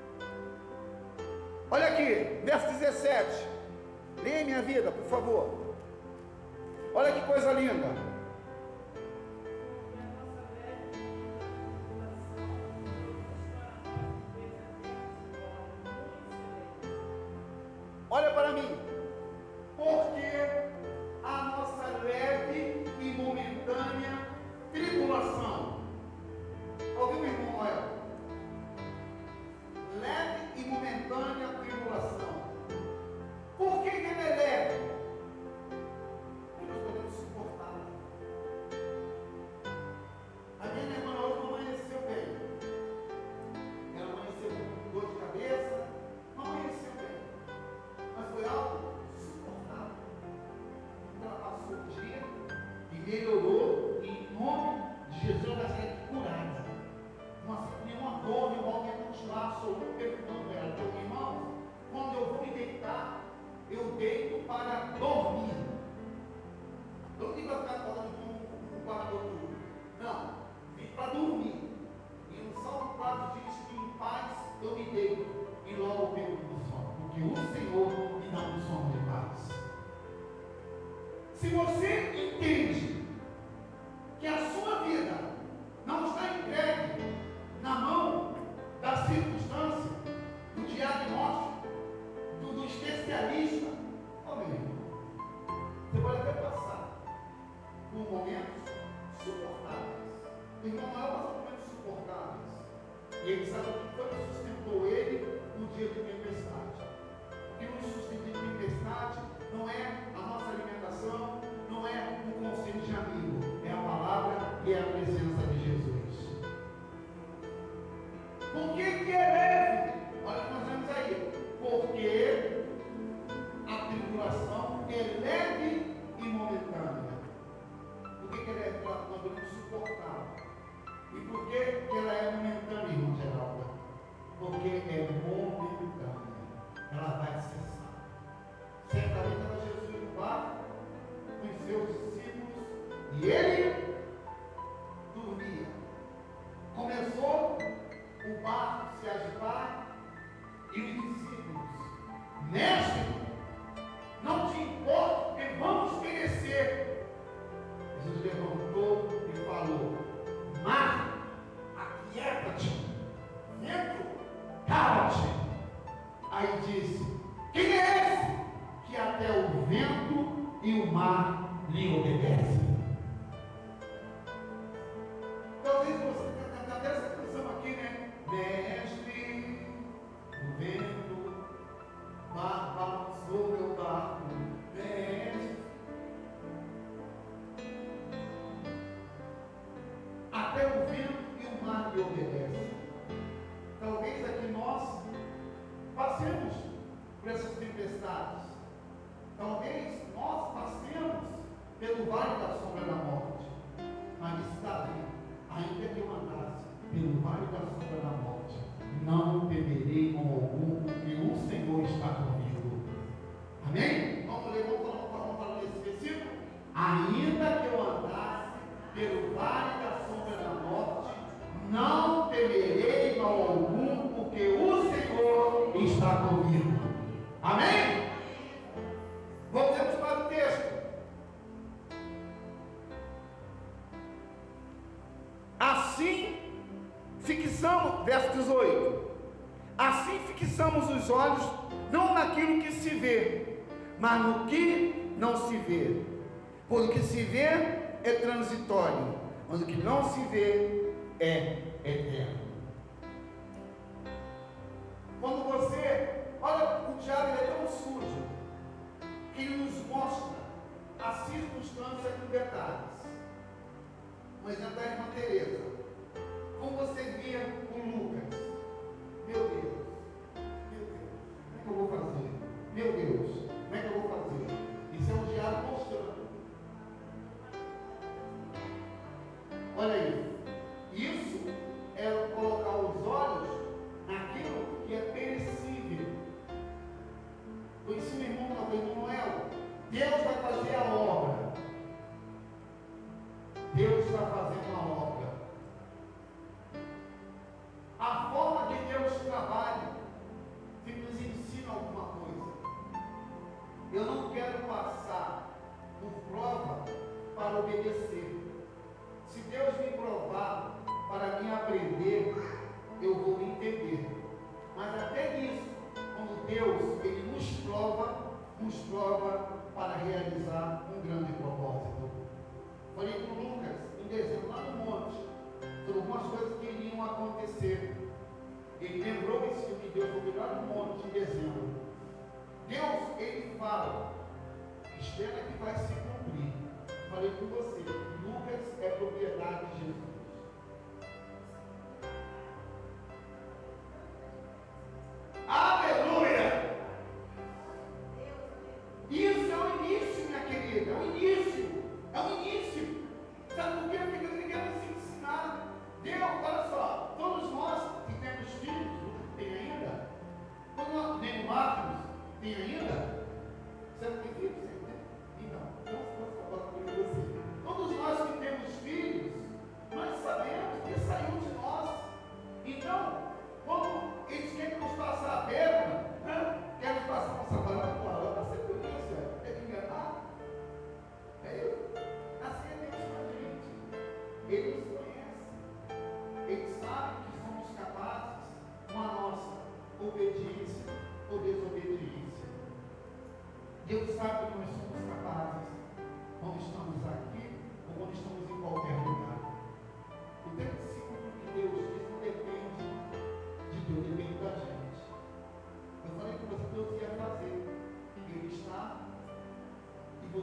Olha aqui, verso 17. Leia minha vida, por favor. Olha que coisa linda. Olha para mim. Porque a nossa leve e momentânea tribulação. Ouviu, irmão? Olha. Leve e momentânea tribulação. Por que ele é leve? Porque nós podemos suportar. A minha irmã hoje não amanheceu bem. Ela amanheceu com dor de cabeça, não amanheceu bem. Mas foi algo suportável. Ela passou o dia e melhorou, e em nome de Jesus ela vai sair curada. Não aceita nenhuma dor, igual que continuar absoluto perfumando ela. Então, irmãos, quando eu vou me deitar, eu deito para dormir. Eu não digo para ficar falando com o guardador tudo. Não, vim para dormir. E o Salmo 4 diz que em paz eu me deito e logo pego no sono, porque o Senhor me dá um sono de paz. Se você entende que a sua vida não está entregue na mão da circunstância, do diagnóstico, do especialista, ó meu irmão, você pode até passar por momentos suportáveis. O irmão Noel passou por momentos suportáveis. E ele sabe o que foi que sustentou ele no dia de tempestade. O que nos sustenta em tempestade não é a nossa alimentação, não é um conselho de amigo, é a palavra e é a presença de Jesus. Por que é leve? Olha o que nós vemos aí. Porque a tribulação é leve e momentânea. Por que ela é? Nós devemos suportar. E por que ela é momentânea, irmão Geraldo? Porque é momentânea. Ela vai cessar. Certamente era Jesus no barco com os seus discípulos e ele dormia. Começou o barco se agitar e os discípulos: mestre, não te importa, porque vamos perecer. Jesus levantou e falou: mar, aquieta-te, vento, cala-te. Aí disse: quem é esse que até o vento e o mar lhe obedecem? Talvez você tenha essa canção aqui, né? Mestre, o vento balançou meu barco, mestre. Até o vento e o mar lhe obedecem. Talvez aqui nós passemos por essas tempestades. Talvez nós passemos pelo vale da sombra da morte. Mas disse Davi: ainda que eu andasse pelo vale da sombra da morte, não temerei mal algum, porque o Senhor está comigo. Amém? Vamos ler, vamos falar nesse versículo. Ainda que eu andasse pelo vale da sombra da morte, não temerei mal algum, porque o Senhor está comigo. Amém? Voltemos para o texto. Assim fixamos, verso 18: assim fixamos os olhos, não naquilo que se vê, mas no que não se vê. Pois o que se vê é transitório, mas o que não se vê é eterno. Quando você olha, o diabo é tão sujo que ele nos mostra a circunstância com detalhes. Um exemplo da irmã Teresa. Como você via o Lucas: meu Deus, como é que eu vou fazer? Meu Deus, como é que eu vou fazer? Isso é o diabo mostrando. Olha aí, isso é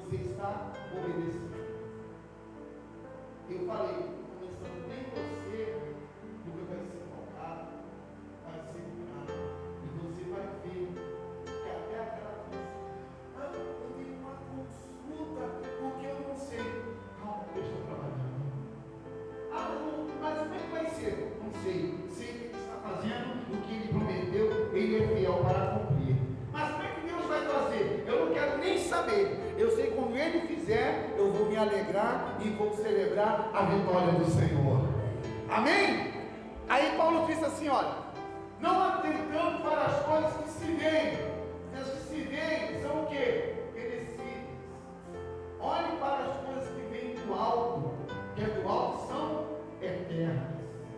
você está obedecendo. Eu falei, começando bem você, porque vai ser tocado, vai ser curado, e você vai ver que até aquela coisa, eu tenho uma consulta, porque eu não sei. Calma, Deus está trabalhando. Mas como é que vai ser? Não sei. Sei que Ele está fazendo o que Ele prometeu, Ele é fiel para cumprir. Mas como é que Deus vai fazer? Eu não quero nem saber. Eu sei que quando Ele fizer, eu vou me alegrar e vou celebrar a vitória do Senhor. Amém? Aí Paulo disse assim, olha, não atentando para as coisas que se veem. As que se veem são o quê? Perecíveis. Olhe para as coisas que vêm do alto, que é do alto, são eternas.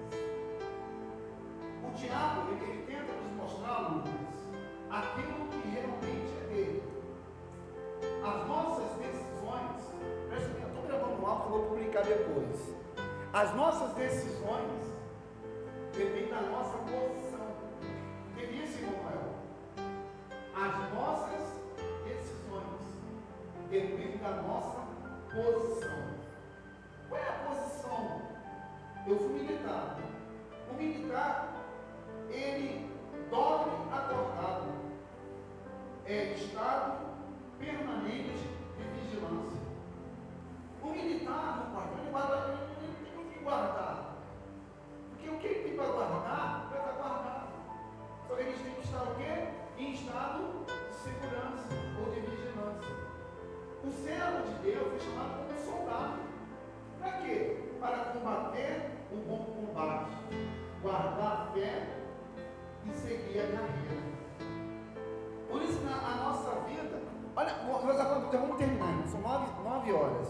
O diabo, ele tenta nos mostrar, Lucas, aquilo que realmente é dele. As nossas decisões, presta atenção, estou gravando um áudio que eu vou publicar depois. As nossas decisões dependem da nossa posição. O que disse, Manuel? As nossas decisões dependem da nossa posição. Qual é a posição? Eu fui militar. O militar, ele dorme acordado. É estado permanente de vigilância. O militar no quartel, ele tem que guardar. Porque o que ele tem para guardar, vai estar guardado. Só que eles têm que estar o quê? Em estado de segurança ou de vigilância. O servo de Deus é chamado como soldado. Para quê? Para combater o bom combate, guardar a fé e seguir a carreira. Por isso, na nossa vida, olha, vamos terminar, são 9 horas.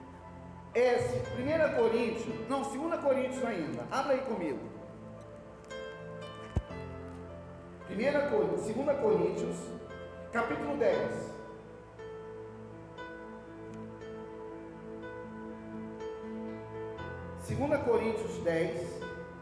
1 Coríntios, não, 2 Coríntios ainda, abra aí comigo. 2 Coríntios, capítulo 10. Segunda Coríntios 10.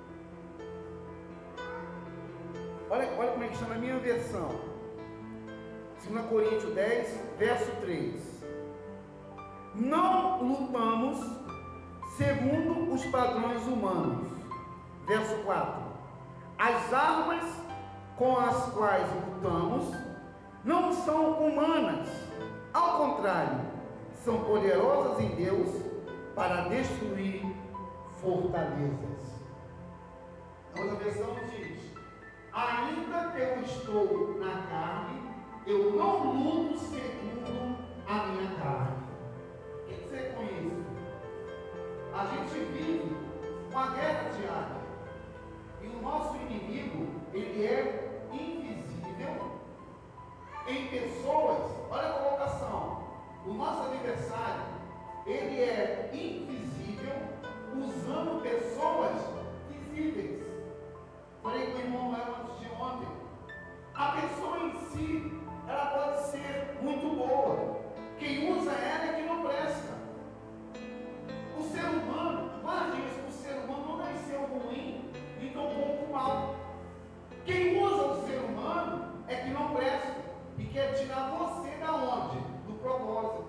Olha como é que está na minha versão. 2 Coríntios 10, verso 3. Não lutamos segundo os padrões humanos. Verso 4. As armas com as quais lutamos não são humanas. Ao contrário, são poderosas em Deus para destruir fortalezas. A outra versão diz: ainda que eu estou na carne, eu não luto segundo a minha carne. O que quer dizer com isso? A gente vive uma guerra diária e o nosso inimigo, ele é invisível em pessoas. Olha a colocação: o nosso adversário, ele é invisível usando pessoas visíveis. Falei com o irmão antes de ontem. A pessoa em si, ela pode ser muito boa. Quem usa ela é que não presta. O ser humano, guarde isso, o ser humano não nasceu ruim e tão pouco mal. Quem usa o ser humano é que não presta e quer tirar você da onde? Do propósito.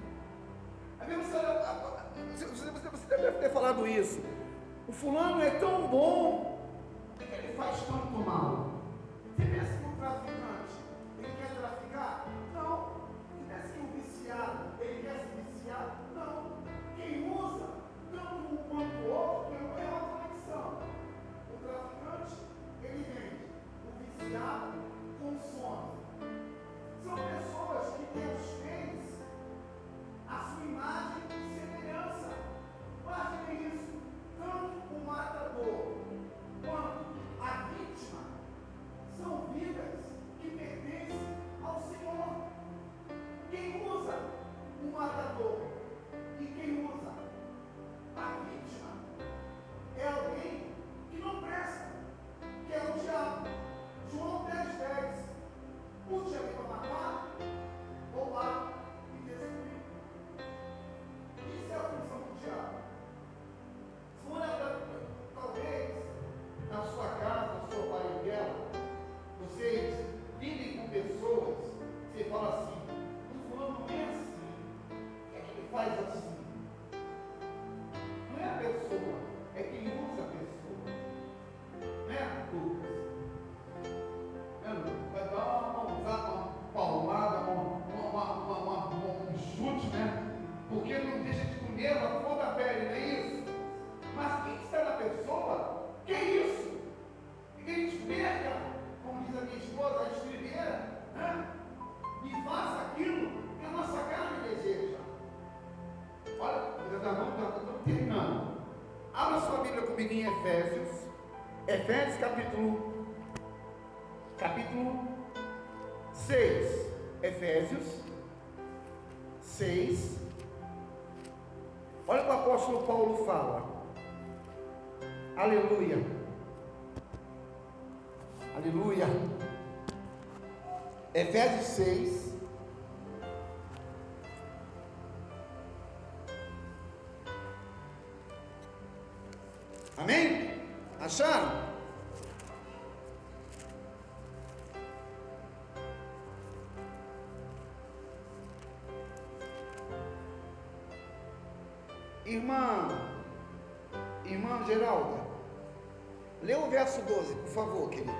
Você deve ter falado isso. O fulano é tão bom, por que ele faz tanto mal? Você pensa que um traficante, ele quer traficar? Não. Você pensa que um viciado, ele quer se viciar? Não. Quem usa, tanto um quanto o outro, é uma conexão. O traficante, ele vende. O viciado, consome. São pessoas que Deus fez a sua imagem e semelhança. Guardem isso. Tanto o matador quanto a vítima são vidas que pertencem ao Senhor. Quem usa o matador e quem usa a vítima é alguém que não presta, que é o diabo. João 10, em Efésios capítulo 6. Efésios 6. Olha o que o apóstolo Paulo fala. Aleluia. Aleluia. Efésios 6. Amém? Acharam? Irmã Geralda, lê o verso 12, por favor, querida.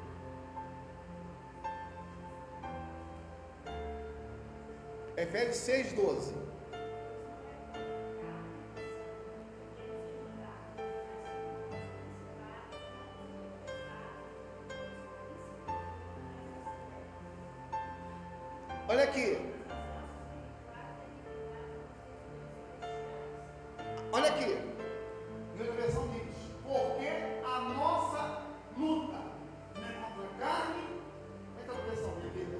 Efésios 6, 12. Olha aqui. Olha aqui. Minha versão diz: porque a nossa luta não é contra a carne. É a versão, minha vida.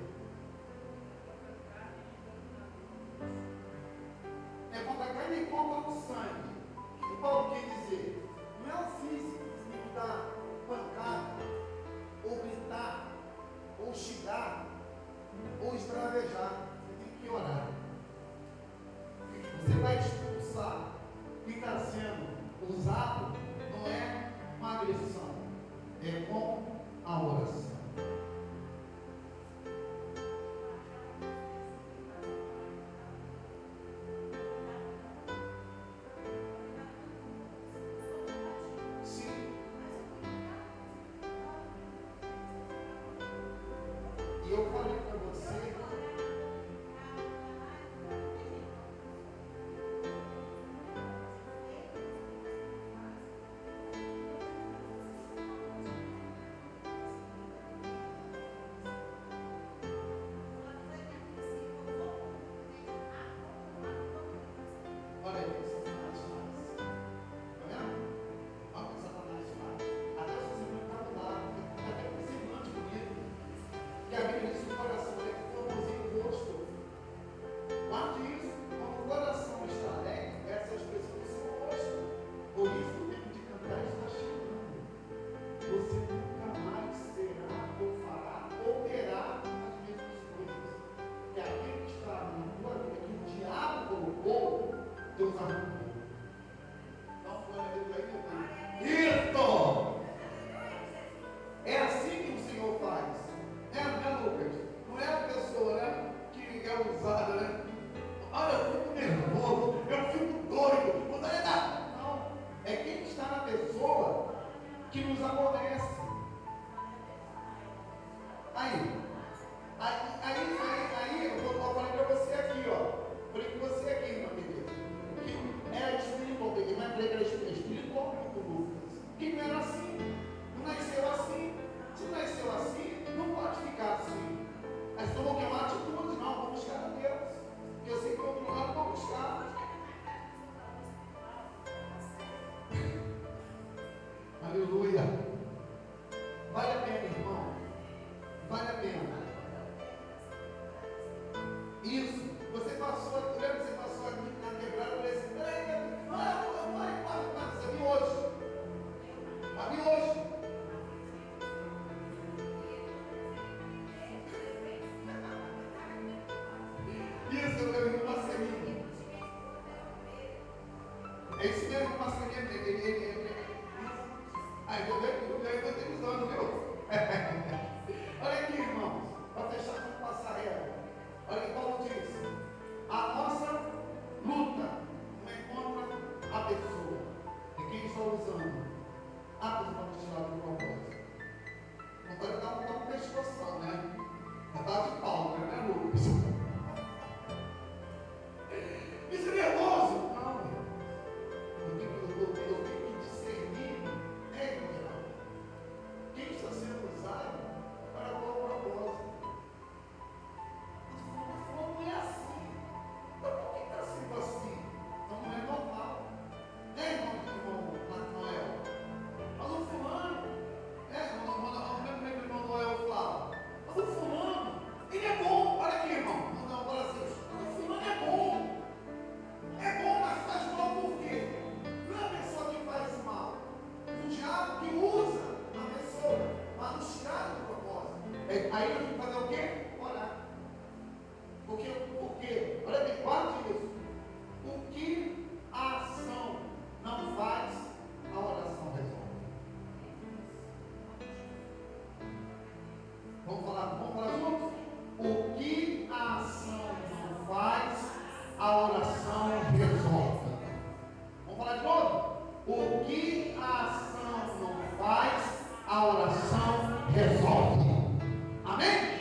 É contra a carne e contra o sangue. O que Paulo quer dizer? Não é o físico que tem que dar pancada, ou gritar, ou xingar, ou esbravejar. Você tem que orar. Você vai expulsar. O que está sendo usado não é uma agressão, é com a oração. Sim. E eu falei para você. Olha aí, Satanás faz. Está vendo? Olha o que Satanás faz. Até se você não está do lado, até com semblante bonito. Que a Bíblia diz que o coração é formosinho o rosto. Guarde isso. Quando o coração está alegre, essa é a expressão do seu rosto. Por isso o tempo de cantar está chegando. Você nunca mais será ou fará ou terá as mesmas coisas. Que aquilo que está na tua vida, que o diabo colocou, Deus arrumou. Não foi aí, isso! É assim que o Senhor faz. Né, Lucas? Não é a pessoa, né, que é usada, né? Olha, eu fico nervoso, eu fico doido. Não é nada. Não. É quem está na pessoa que nos aborrece. Aí, eu falei para você aqui, ó. Falei com você aqui, meu querido. Que era espiritual, mas falei que era espiritual com o Lucas. Que não era assim. Não nasceu assim. Se nasceu assim, não pode ficar assim. Mas então vou queimar atitudes, não, vou buscar a Deus. Porque eu sei que o outro lado vou buscar. Aleluia. Vale a pena, irmão. Vale a pena. Isso. Você passou, lembra que você passou aqui na quebrada, eu falei assim, você viu hoje? Mas vi hoje. Isso, eu lembro do Marcelinho. É isso mesmo, o Marcelinho. Aí, eu tenho usando, viu? Olha aqui, irmãos, para fechar com passarela. Olha o que Paulo diz. A nossa luta não é contra a pessoa, é quem está usando. A pessoa para tirar do propósito. Não pode dar uma pescoção, né? É dar de pau, né, Lucas? Aí nós temos que fazer o quê? Orar. Porque, olha bem, guarde isso. O que a ação não faz, a oração resolve. Vamos falar juntos? O que a ação não faz, a oração resolve. Vamos falar de novo? O que a ação não faz, a oração resolve. Amém?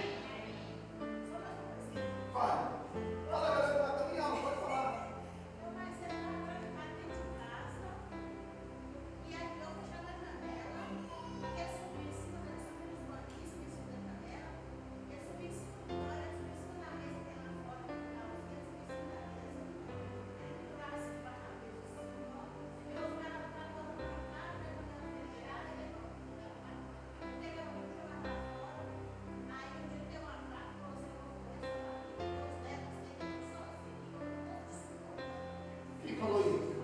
Vai. Fala, você vai caminhar, não pode falar.
Eu mais cedo estava trancado dentro de casa. E aí eu fechando a janela. E eu subi em cima dos banquinhos, subi em cima da janela. Eu subi em cima do banco, eu subi em cima da mesa que tem lá fora. Eu subi em cima da mesa. Eu estava assim, para a cabeça, assim. Eu vou ficar na porta trancada, né? Quando ela fechada, eu peguei a mão lá fora. Aí um dia tem uma placa que você não
Quem falou isso?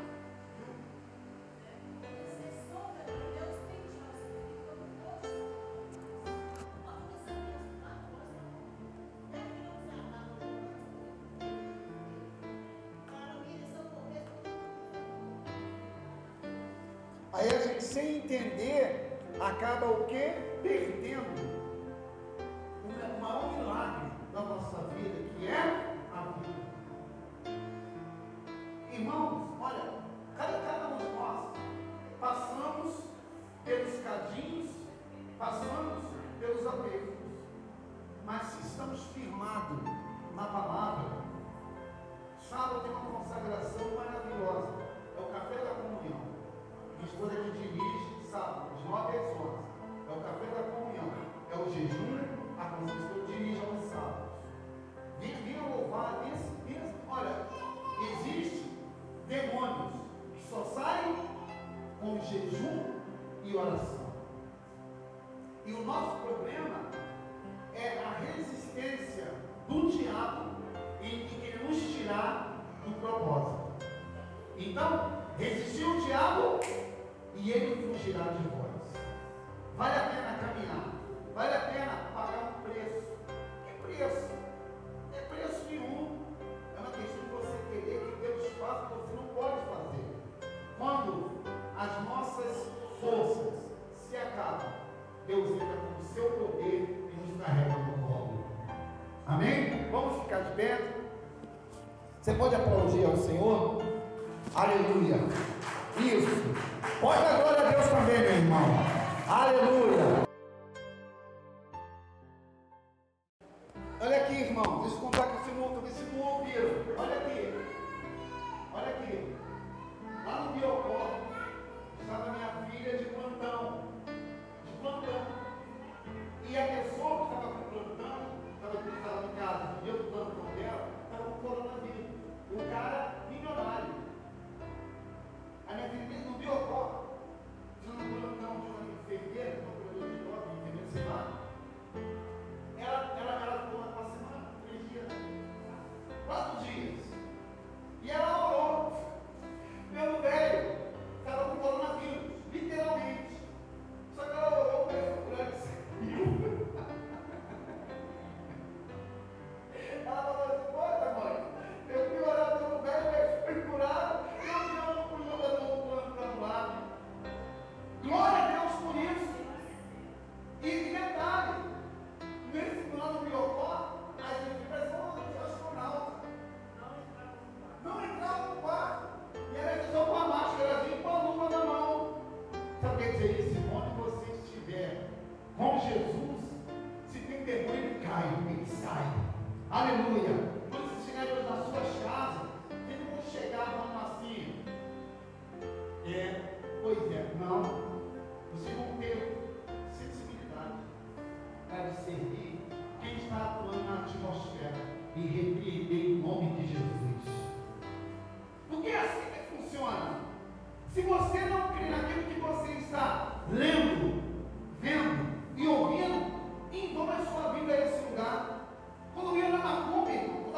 Aí a gente, sem entender, acaba o quê? Perdendo o maior milagre da nossa vida, que é a vida. Irmãos, olha, cada um de nós passamos pelos cadinhos, passamos pelos apertos, mas se estamos firmados na palavra, sábado tem uma consagração maravilhosa, é o café da comunhão. Minha esposa que dirige sábado, de 9 às 11, é o café da comunhão, é o jejum, a consciência que eu dirijo aos sábados. Vinha louvar, olha, existe demônios que só saem com jejum e oração. E o nosso problema é a resistência do diabo em querer nos tirar do propósito. Então, resistir o diabo e ele fugirá de vós. Vale a pena caminhar, vale a pena pagar um preço. Que preço? Não é preço nenhum. É uma questão de você querer que Deus faça o que você não pode fazer. Quando as nossas forças se acabam, Deus entra com o seu poder e nos carrega no colo. Amém? Vamos ficar de pé. Você pode aplaudir ao Senhor? Aleluia. Isso. Pode dar glória a Deus também, meu irmão. Aleluia. Olha aqui, irmão. Deixa eu contar com esse mundo, ver se não ouviram. Olha aqui. Olha aqui. Lá no Biocó, estava minha filha de plantão. De plantão. E a pessoa que estava com plantão, estava em casa, no dia do plantão dela, estava com coronavírus. O cara milionário. A minha filha no Biocó, fazendo um plantão de uma enfermeira, uma operadora de toque, enfermeira sei lá. Ela ficou uma semana, 3 dias, 4 dias. E ela orou. Meu velho estava com coronavírus, literalmente. Só que ela orou para ele procurar e saiu. Ela falou assim: poxa, mãe, eu fui orar pelo velho, mas fui curado. Eu não fui no plantão lá. Glória a Deus por isso. E detalhe, nesse plano Biocó, as enfermeiras são astronautas. Não entravam no quarto. E elas estão com a máscara e com a luva na mão. Sabe o que quer dizer isso? Onde você estiver com Jesus, se tem demônio, ele cai, ele sai. Aleluia. Quando você chegar hoje nas suas casas, eles vão chegar falando assim: pois é, não. Vocês vão ter sensibilidade para discernir quem está atuando na atmosfera e repreender em nome de Jesus. Porque é assim que funciona. Se você não crê naquilo que você está lendo, vendo e ouvindo, então a sua vida é esse lugar. Quando eu ia na Macumbi, eu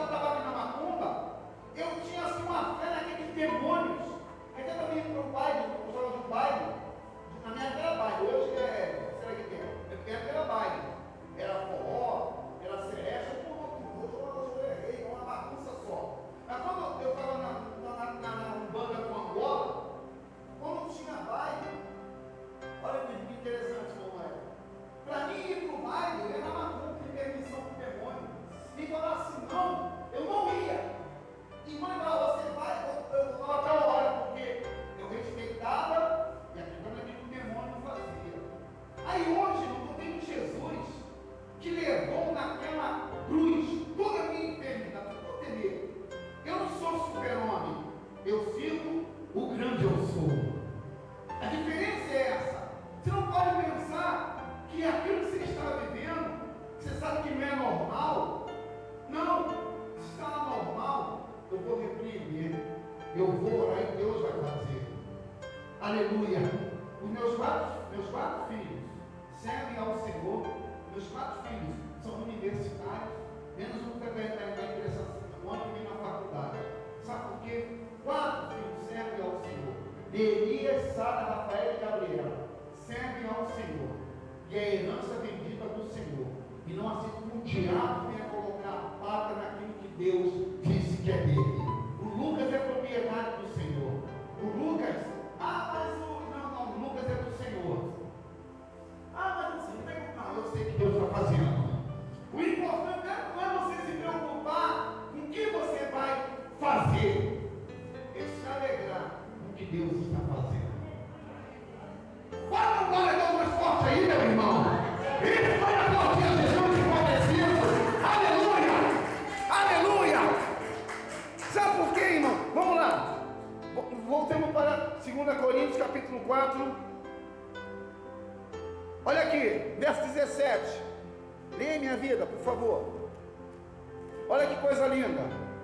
Meus 4 filhos são universitários, menos um que vai ingressar no ano que vem na faculdade. Sabe por quê? 4 filhos servem ao Senhor. Elias, Sara, Rafael e Gabriel servem ao Senhor. E a herança bendita do Senhor. E não aceita que o diabo venha colocar a pata naquilo que Deus disse que é dele. O Lucas é propriedade do Senhor. O Lucas, mas o Lucas é do Senhor. Mas não sei, não, eu sei que Deus está fazendo. O importante não é você se preocupar com o que você vai fazer, é se alegrar com o que Deus está fazendo. Bota um glória a Deus mais forte aí, meu irmão. Isso foi a forte a Jesus que for preciso. Aleluia! Aleluia! Sabe por quê, irmão? Vamos lá. Voltemos para 2 Coríntios capítulo 4. Olha aqui, verso 17. Leia minha vida, por favor. Olha que coisa linda.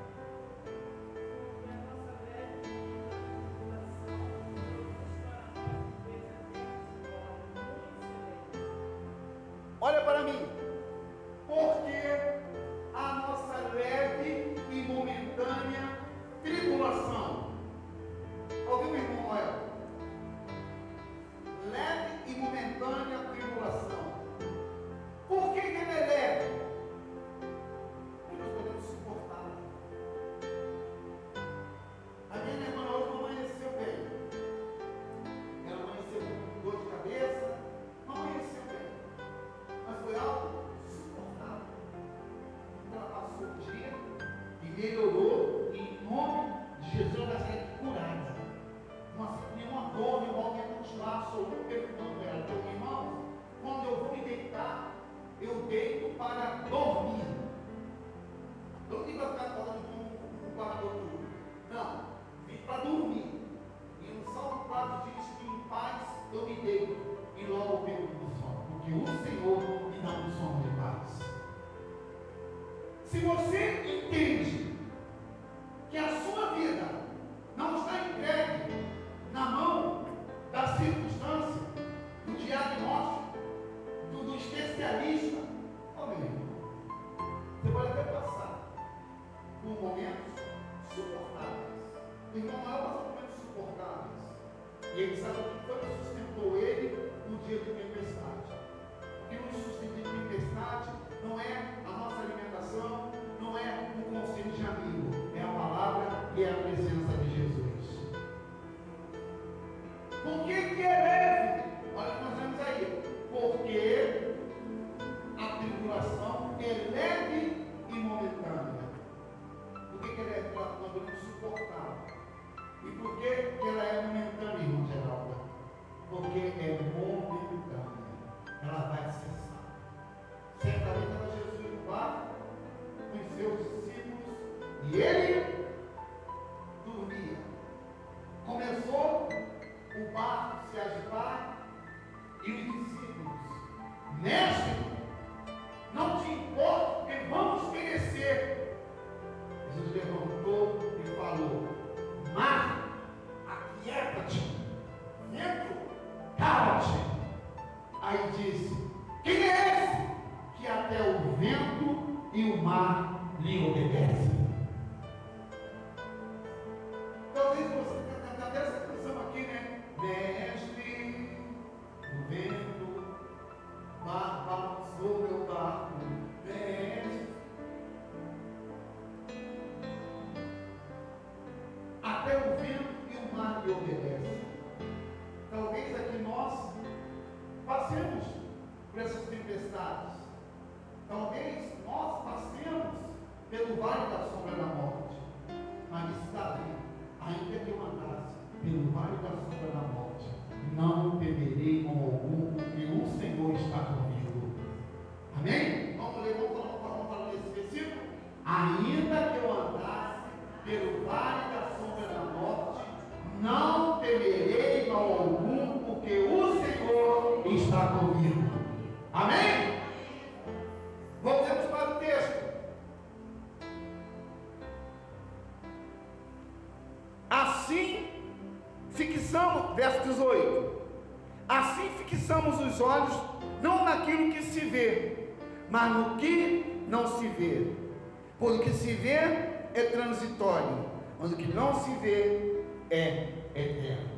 Olha para mim. Porque a nossa leve e momentânea tribulação. Ouviu, irmão? Olha. Leve e momentânea tribulação. Por que ela é leve? Porque nós podemos suportar. A minha irmã hoje não amanheceu bem. Ela amanheceu com dor de cabeça, não amanheceu bem. Mas foi algo suportável. Ela passou o dia e melhorou, e em nome de Jesus ela vai sair curada. Nenhuma dor, nenhum continuar absoluto perfumando ela. Então, irmãos, quando eu vou me deitar, eu deito para dormir. Eu não digo para ficar falando com o guardador tudo. Não, vim para dormir. E no Salmo 4 diz que em paz eu me deito e logo pego no sono. Porque o Senhor me dá um sono de paz. Se você entende que a sua vida não está entregue na mão da circunstância, do diagnóstico, do especialista, meu irmão, você pode até passar por momentos suportáveis. O irmão não passou por momentos suportáveis. E ele sabe o que foi que sustentou ele no dia de tempestade. O que nos sustenta em tempestade não é a nossa alimentação, não é um conselho de amigo, é a palavra e é a presença de Jesus. Por que é leve? Olha o que nós vemos aí. Porque a tribulação é leve e momentânea. Por que é leve? Nós podemos suportar. E por que ela é momentânea, irmão Geraldo? Porque é momentânea. Ela vai cessar. Certamente ela Jesus no barco com os seus discípulos e ele dormia. Começou o barco se agitar e os discípulos, mestre, não te importa, porque vamos perecer. Jesus levantou e falou: mar, aquieta-te, vento, cala-te. Aí disse: quem é esse que até o vento e o mar lhe obedecem? Talvez você tenha essa canção aqui, né? Mestre, o vento balançou meu barco, mestre. Até o vento e o mar lhe obedecem. Talvez aqui nós passemos por essas tempestades. Talvez nós passemos pelo vale da sombra da morte. Mas disse Davi: ainda que eu andasse pelo vale da sombra da morte, não temerei mal algum, porque o Senhor está comigo. Amém? Vamos ler, vamos falar desse versículo? Ainda que eu andasse pelo vale da sombra da morte, não temerei mal algum, porque o Senhor está comigo. Amém? Voltemos para o texto. Assim fixamos, verso 18, assim fixamos os olhos, não naquilo naquilo que se vê, mas no que não se vê. Pois o que se vê é transitório, mas o que não se vê é eterno.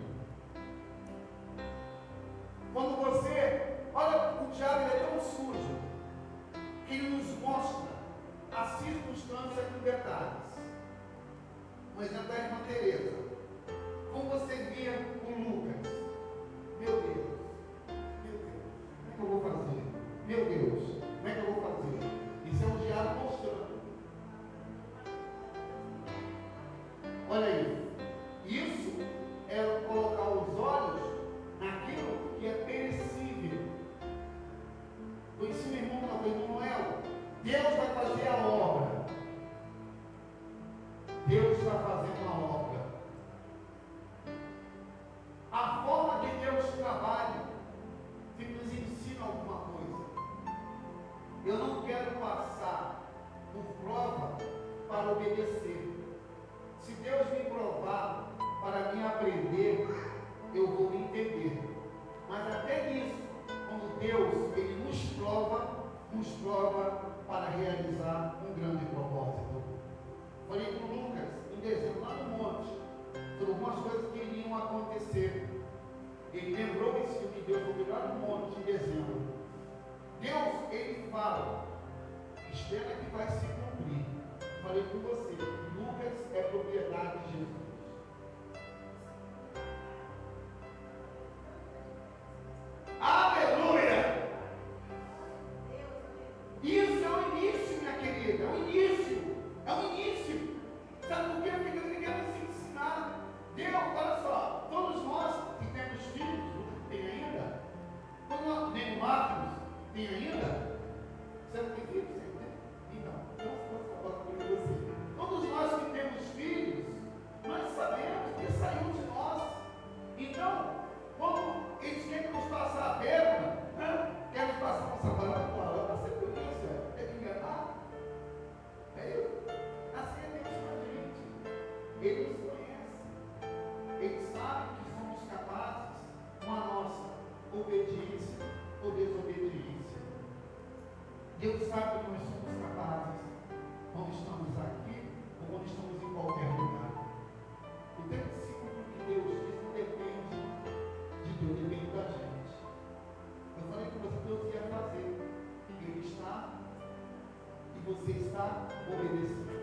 Quando você olha, o diabo é tão sujo que ele nos mostra as circunstâncias com detalhes. Um exemplo é a irmã Teresa. Como você via o Lucas, meu Deus, como é que eu vou fazer? Meu Deus, como é que eu vou fazer? Isso é um diabo mostrando. Olha aí, isso é colocar os olhos naquilo que é perecível. Eu ensino o irmão Noel, Deus vai fazer a obra. Deus está fazendo a obra. A forma que Deus trabalha sempre nos ensina alguma coisa. Eu não quero passar por prova para obedecer. Se Deus me provar para me aprender, eu vou me entender. Mas até nisso, quando Deus ele nos prova para realizar um grande propósito. Falei com o Lucas em dezembro, lá no monte, sobre algumas coisas que iriam acontecer. Ele lembrou esse que Deus foi lá no monte em dezembro. Deus, ele fala, espera que vai se cumprir. Falei com você, Lucas é propriedade de Jesus. Aleluia! Isso é o início, minha querida, é o início, é o início. Sabe por quê? Porque ele quer nos ensinar. Deus, olha só, todos nós que temos filhos, tem ainda? Nem o Marcos tem ainda? Você não tem filho? Você tem? Então, eu vou falar com você. Todos nós que temos filhos, nós sabemos que saiu de nós. Então, quando eles querem nos passar a perna, né? Querem nos passar uma sapatada com a outra, você conhece, é de enganar. Assim é Deus com a gente. Ele nos conhece. Ele sabe que somos capazes com a nossa obediência ou desobediência. Deus sabe que nós somos capazes quando estamos aqui ou quando estamos em qualquer lugar. O tempo seguro que Deus diz não depende de Deus, depende da gente. Eu falei que Deus ia fazer. Ele está e você está obedecendo.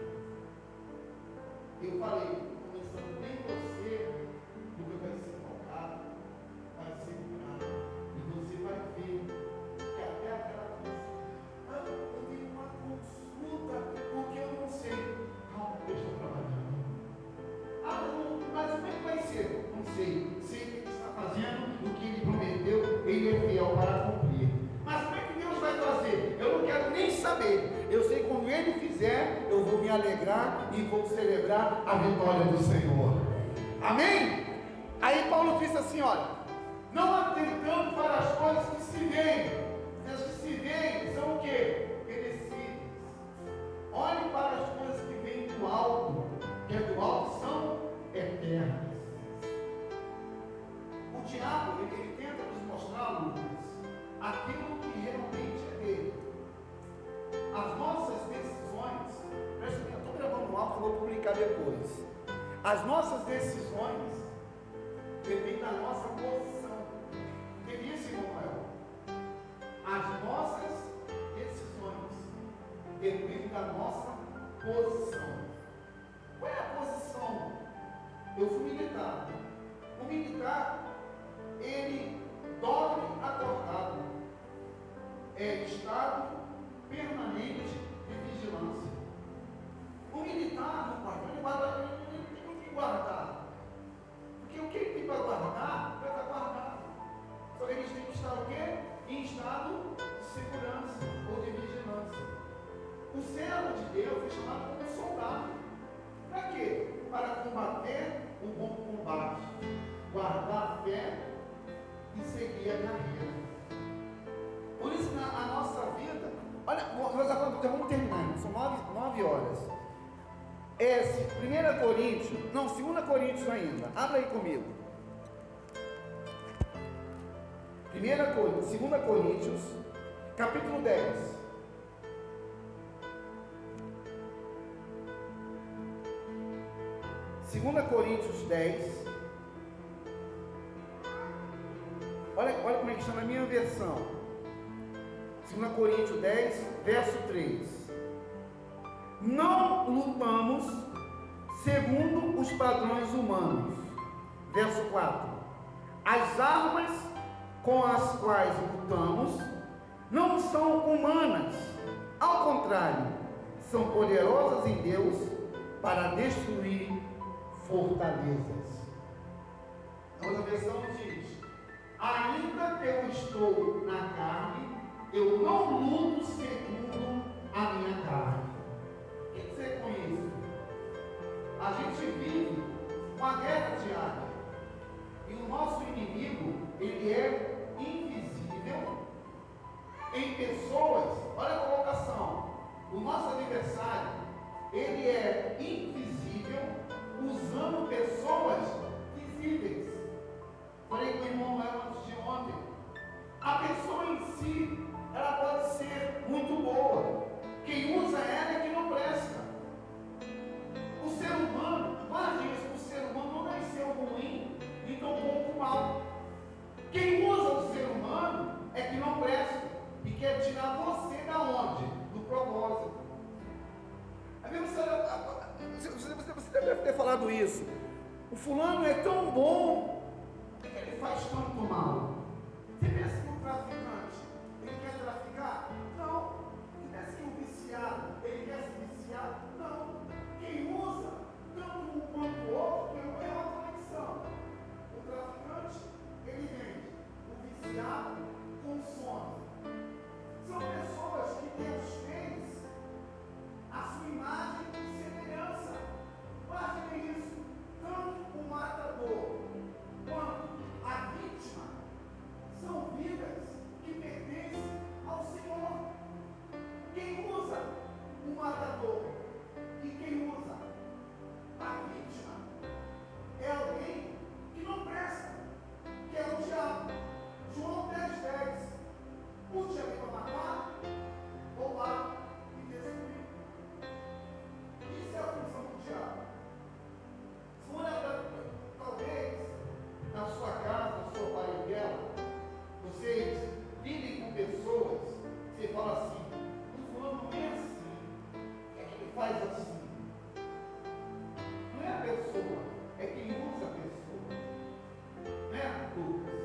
Eu falei, começando nem você, porque vai ser tocado, vai ser curado. E você vai ver que até aquela coisa, eu tenho uma consulta, porque eu não sei. Calma, eu estou trabalhando. Mas como é que vai ser? Não sei. Sei que ele está fazendo o que ele prometeu, ele é fiel para cumprir. Mas como é que Deus vai fazer? Eu não quero nem saber. Eu sei que quando ele fizer, eu vou me alegrar e vou celebrar a vitória do Senhor. Amém? Aí Paulo disse assim, olha, não atentando para as coisas que se veem. As que se veem são o quê? Perecíveis. Olhe para as coisas que vêm do alto, que é do alto, são eternas. O diabo, ele tenta nos mostrar, Lucas, aquilo que realmente é dele. As nossas decisões, presta atenção, estou gravando um áudio, vou publicar depois. As nossas decisões dependem da nossa posição. Que disse, Manuel? As nossas decisões dependem da nossa posição. Qual é a posição? Eu fui militar. O militar, ele dorme acordado. É estado permanente de vigilância. O militar no quartel, ele tem muito que guardar. Porque o que ele tem para guardar, vai estar guardado. Só que eles têm que estar o quê? Em estado de segurança ou de vigilância. O servo de Deus foi chamado como soldado. Para quê? Para combater o bom combate, guardar a fé e seguir a carreira. Por isso que a nossa vida, olha, vamos terminar, são 9 horas. 1 Coríntios, não, 2 Coríntios ainda, abra aí comigo. 2 Coríntios, capítulo 10. Segunda Coríntios 10. Olha como é que está na minha versão. 2 Coríntios 10, verso 3. Não lutamos segundo os padrões humanos. Verso 4. As armas com as quais lutamos não são humanas. Ao contrário, são poderosas em Deus para destruir fortalezas. Outra versão diz: ainda que eu estou na carne, eu não luto segundo a minha carne. O que quer dizer com isso? A gente vive uma guerra diária, e o nosso inimigo, ele é invisível em pessoas. Olha a colocação: o nosso adversário, ele é invisível usando pessoas visíveis. Falei com o irmão lá antes de ontem. A pessoa em si, ela pode ser muito boa. Quem usa ela é que não presta. O ser humano, guarde isso, o ser humano não nasceu ruim e tão pouco mal. Quem usa o ser humano é que não presta e quer tirar você da onde? Do propósito. Você deve ter falado isso. O fulano é tão bom, por que ele faz tanto mal? Você pensa que um traficante, ele quer traficar? Não. Você pensa que um viciado, ele quer se viciar? Não. Quem usa, tanto um quanto o outro, tem uma conexão. O traficante, ele vende. O viciado, consome. São pessoas que Deus fez a sua imagem e semelhança. Guardem isso. Tanto o matador quanto a vítima são vidas que pertencem ao Senhor. Quem usa o matador e quem usa a vítima é alguém que não presta, que é o diabo. João 10:10. Puxa ali para matar, roubar e destruir. Isso é a função do diabo. Se olhar talvez na sua casa, na sua parentela, vocês lidem com pessoas, você fala assim: o fulano não é assim, o que é que ele faz assim? Não é a pessoa, é quem usa a pessoa. Não é, Lucas?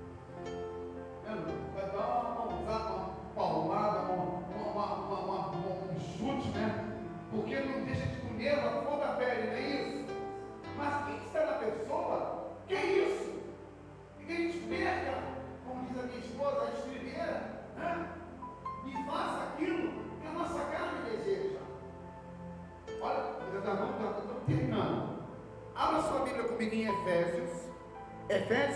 Vai dar uma palmada, um chute, né? Porque não deixa de comer a flor da pele, não é isso? Mas quem está na pessoa, que é isso? E que a gente perca, como diz a minha esposa, a estribeira, né? E faça aquilo que a nossa carne deseja. Olha, estamos terminando. Abra sua Bíblia comigo em Efésios. Efésios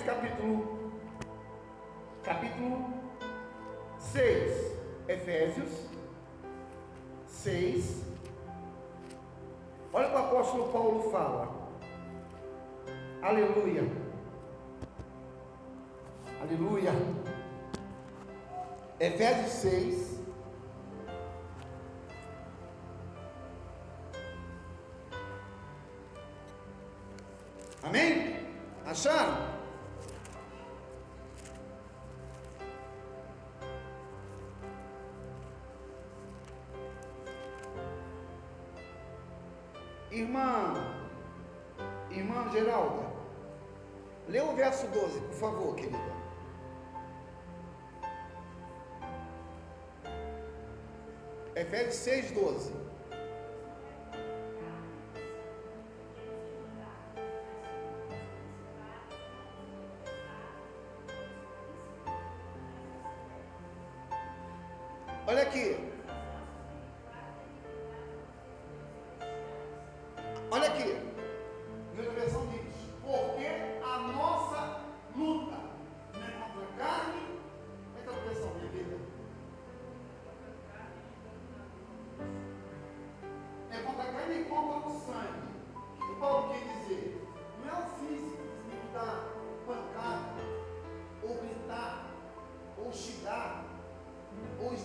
capítulo 6. Efésios 6. Olha o que o apóstolo Paulo fala. Aleluia. Aleluia. Efésios 6. Amém? Acharam? Irmã Geralda, lê o verso 12, por favor, querida. Efésios 6, 12. Olha aqui. Olha aqui. Minha versão diz: porque a nossa luta não é contra a carne. Como é que é a versão, minha vida? É contra a carne e contra o sangue. O que Paulo quer dizer? Não é o físico que tem que dar pancada, ou gritar, ou xingar, ou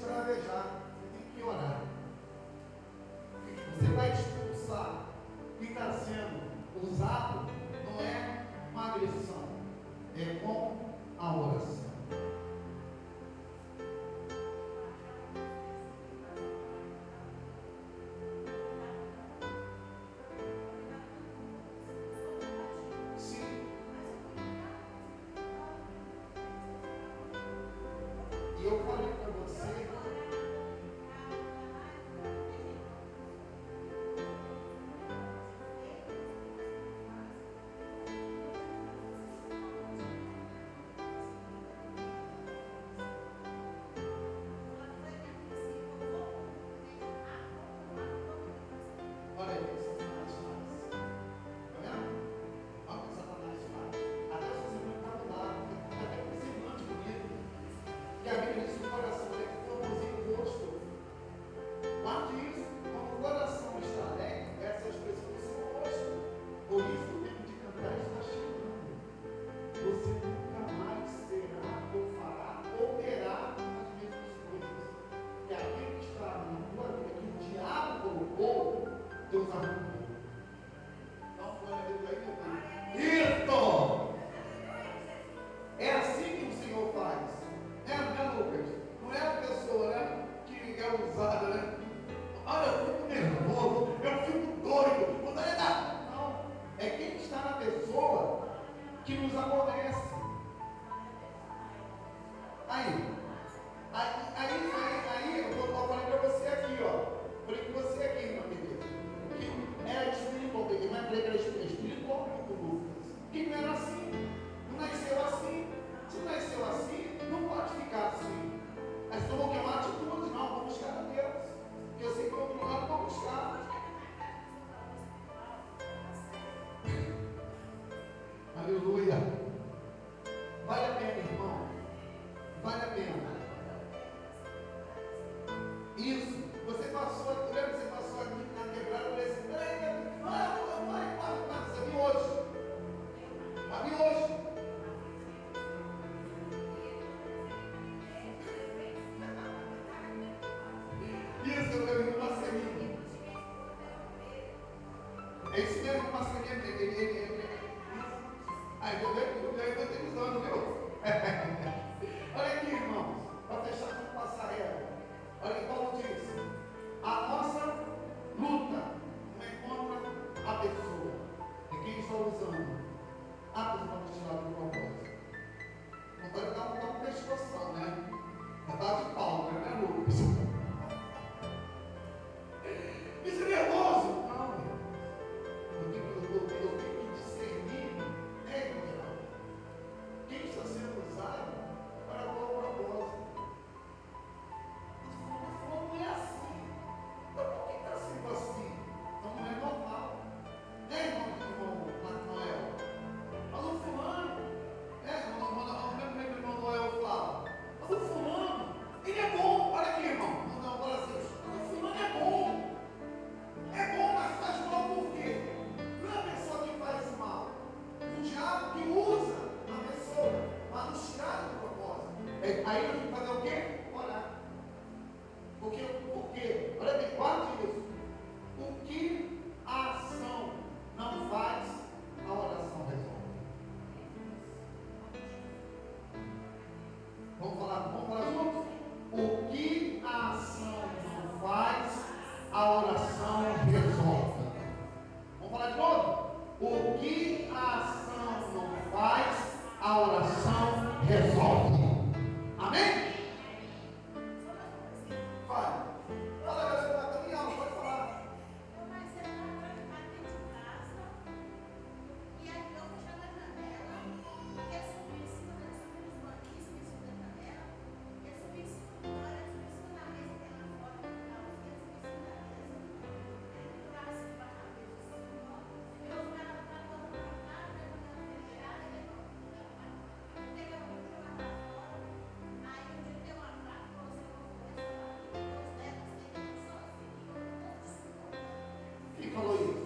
nossa, eu estou utilizando, viu? Olha aqui, irmãos, para fechar tudo passar régua. Olha que Paulo diz: a nossa luta não é contra a pessoa, é quem está usando a pessoa para nos tirar do propósito. Não vai dar uma pescoção, né? É dar de pau, né, Lucas? Isso é nervoso? Não, eu tenho que discernir, né, irmão? Quem está sendo usado para qual propósito? Não é assim. Então por que está sendo assim? Então não é normal. Né, irmão Noel? Mas o fulano, né, meu irmão Noel fala, mas o fulano, ele é bom. Olha aqui, irmão. Não, fala assim, o fulano é bom. É bom, mas faz mal por quê? Não é a pessoa que faz mal. O diabo que usa a pessoa para nos tirar do propósito. Aí eu tenho que fazer o quê? Orar. Porque, olha bem, guarde isso. O que a ação não faz, a oração resolve. Vamos falar juntos? O que a ação não faz, a oração resolve. Vamos falar de novo? O que a ação não faz, a oração resolve. Amém? Vai. Fala, galera, vai caminhar, pode falar.
Eu mais cedo estava trancada dentro de casa. E aí eu fechava a janela. E eu subi em cima dos banquinhos, subi em cima da janela. Eu subi em cima do muro, eu subi em cima da mesa, que tem lá fora, no final, eu subi em cima da mesa. Ele pendurava assim debaixo da mesa, assim, ó. Eu ficava tratando de cantar, levantando a refrigerada, e levantando. Pegava o jogo lá fora. Aí um dia tem uma placa que você não foi, Deus leva você sozinho,
Quem falou isso?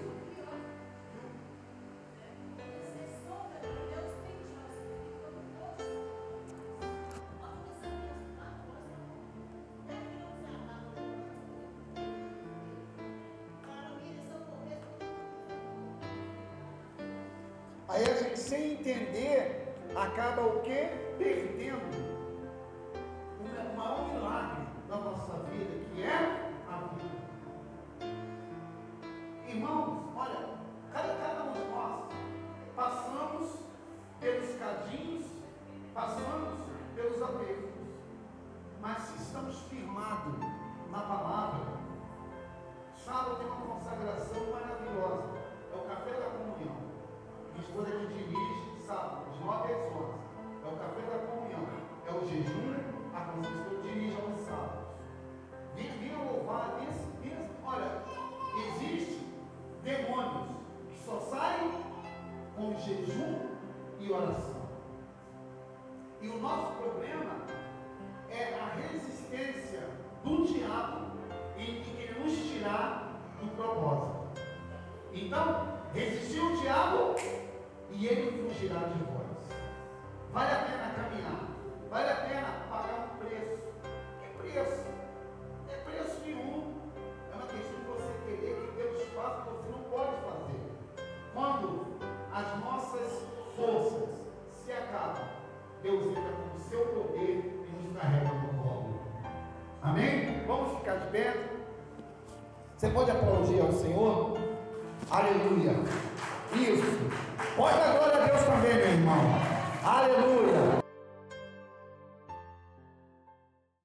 você soube, Deus tem chance,
Aí a gente, sem entender, acaba o quê? Perdendo o maior milagre da nossa vida, que é a vida. Irmãos, olha, cada um de nós passamos pelos cadinhos, passamos pelos apertos, mas se estamos firmados na palavra, sábado tem uma consagração maravilhosa, é o café da comunhão. Minha esposa que dirige sábado, de 9 às 11. É o café da comunhão, é o jejum, a consciência que eu dirijo aos sábados. Vinha louvar, olha, existe demônios que só saem com jejum e oração. E o nosso problema é a resistência do diabo em querer nos tirar do propósito. Então, resistir o diabo e ele fugirá de vós. Vale a pena caminhar, vale a pena pagar um preço. Que preço? Não é preço nenhum. É uma questão de você querer que Deus faça o que você não pode fazer. Quando as nossas forças se acabam, Deus entra com o seu poder e nos carrega no colo. Amém? Vamos ficar de pé. Você pode aplaudir ao Senhor? Aleluia. Isso. Pode dar glória a Deus também, meu irmão. Aleluia.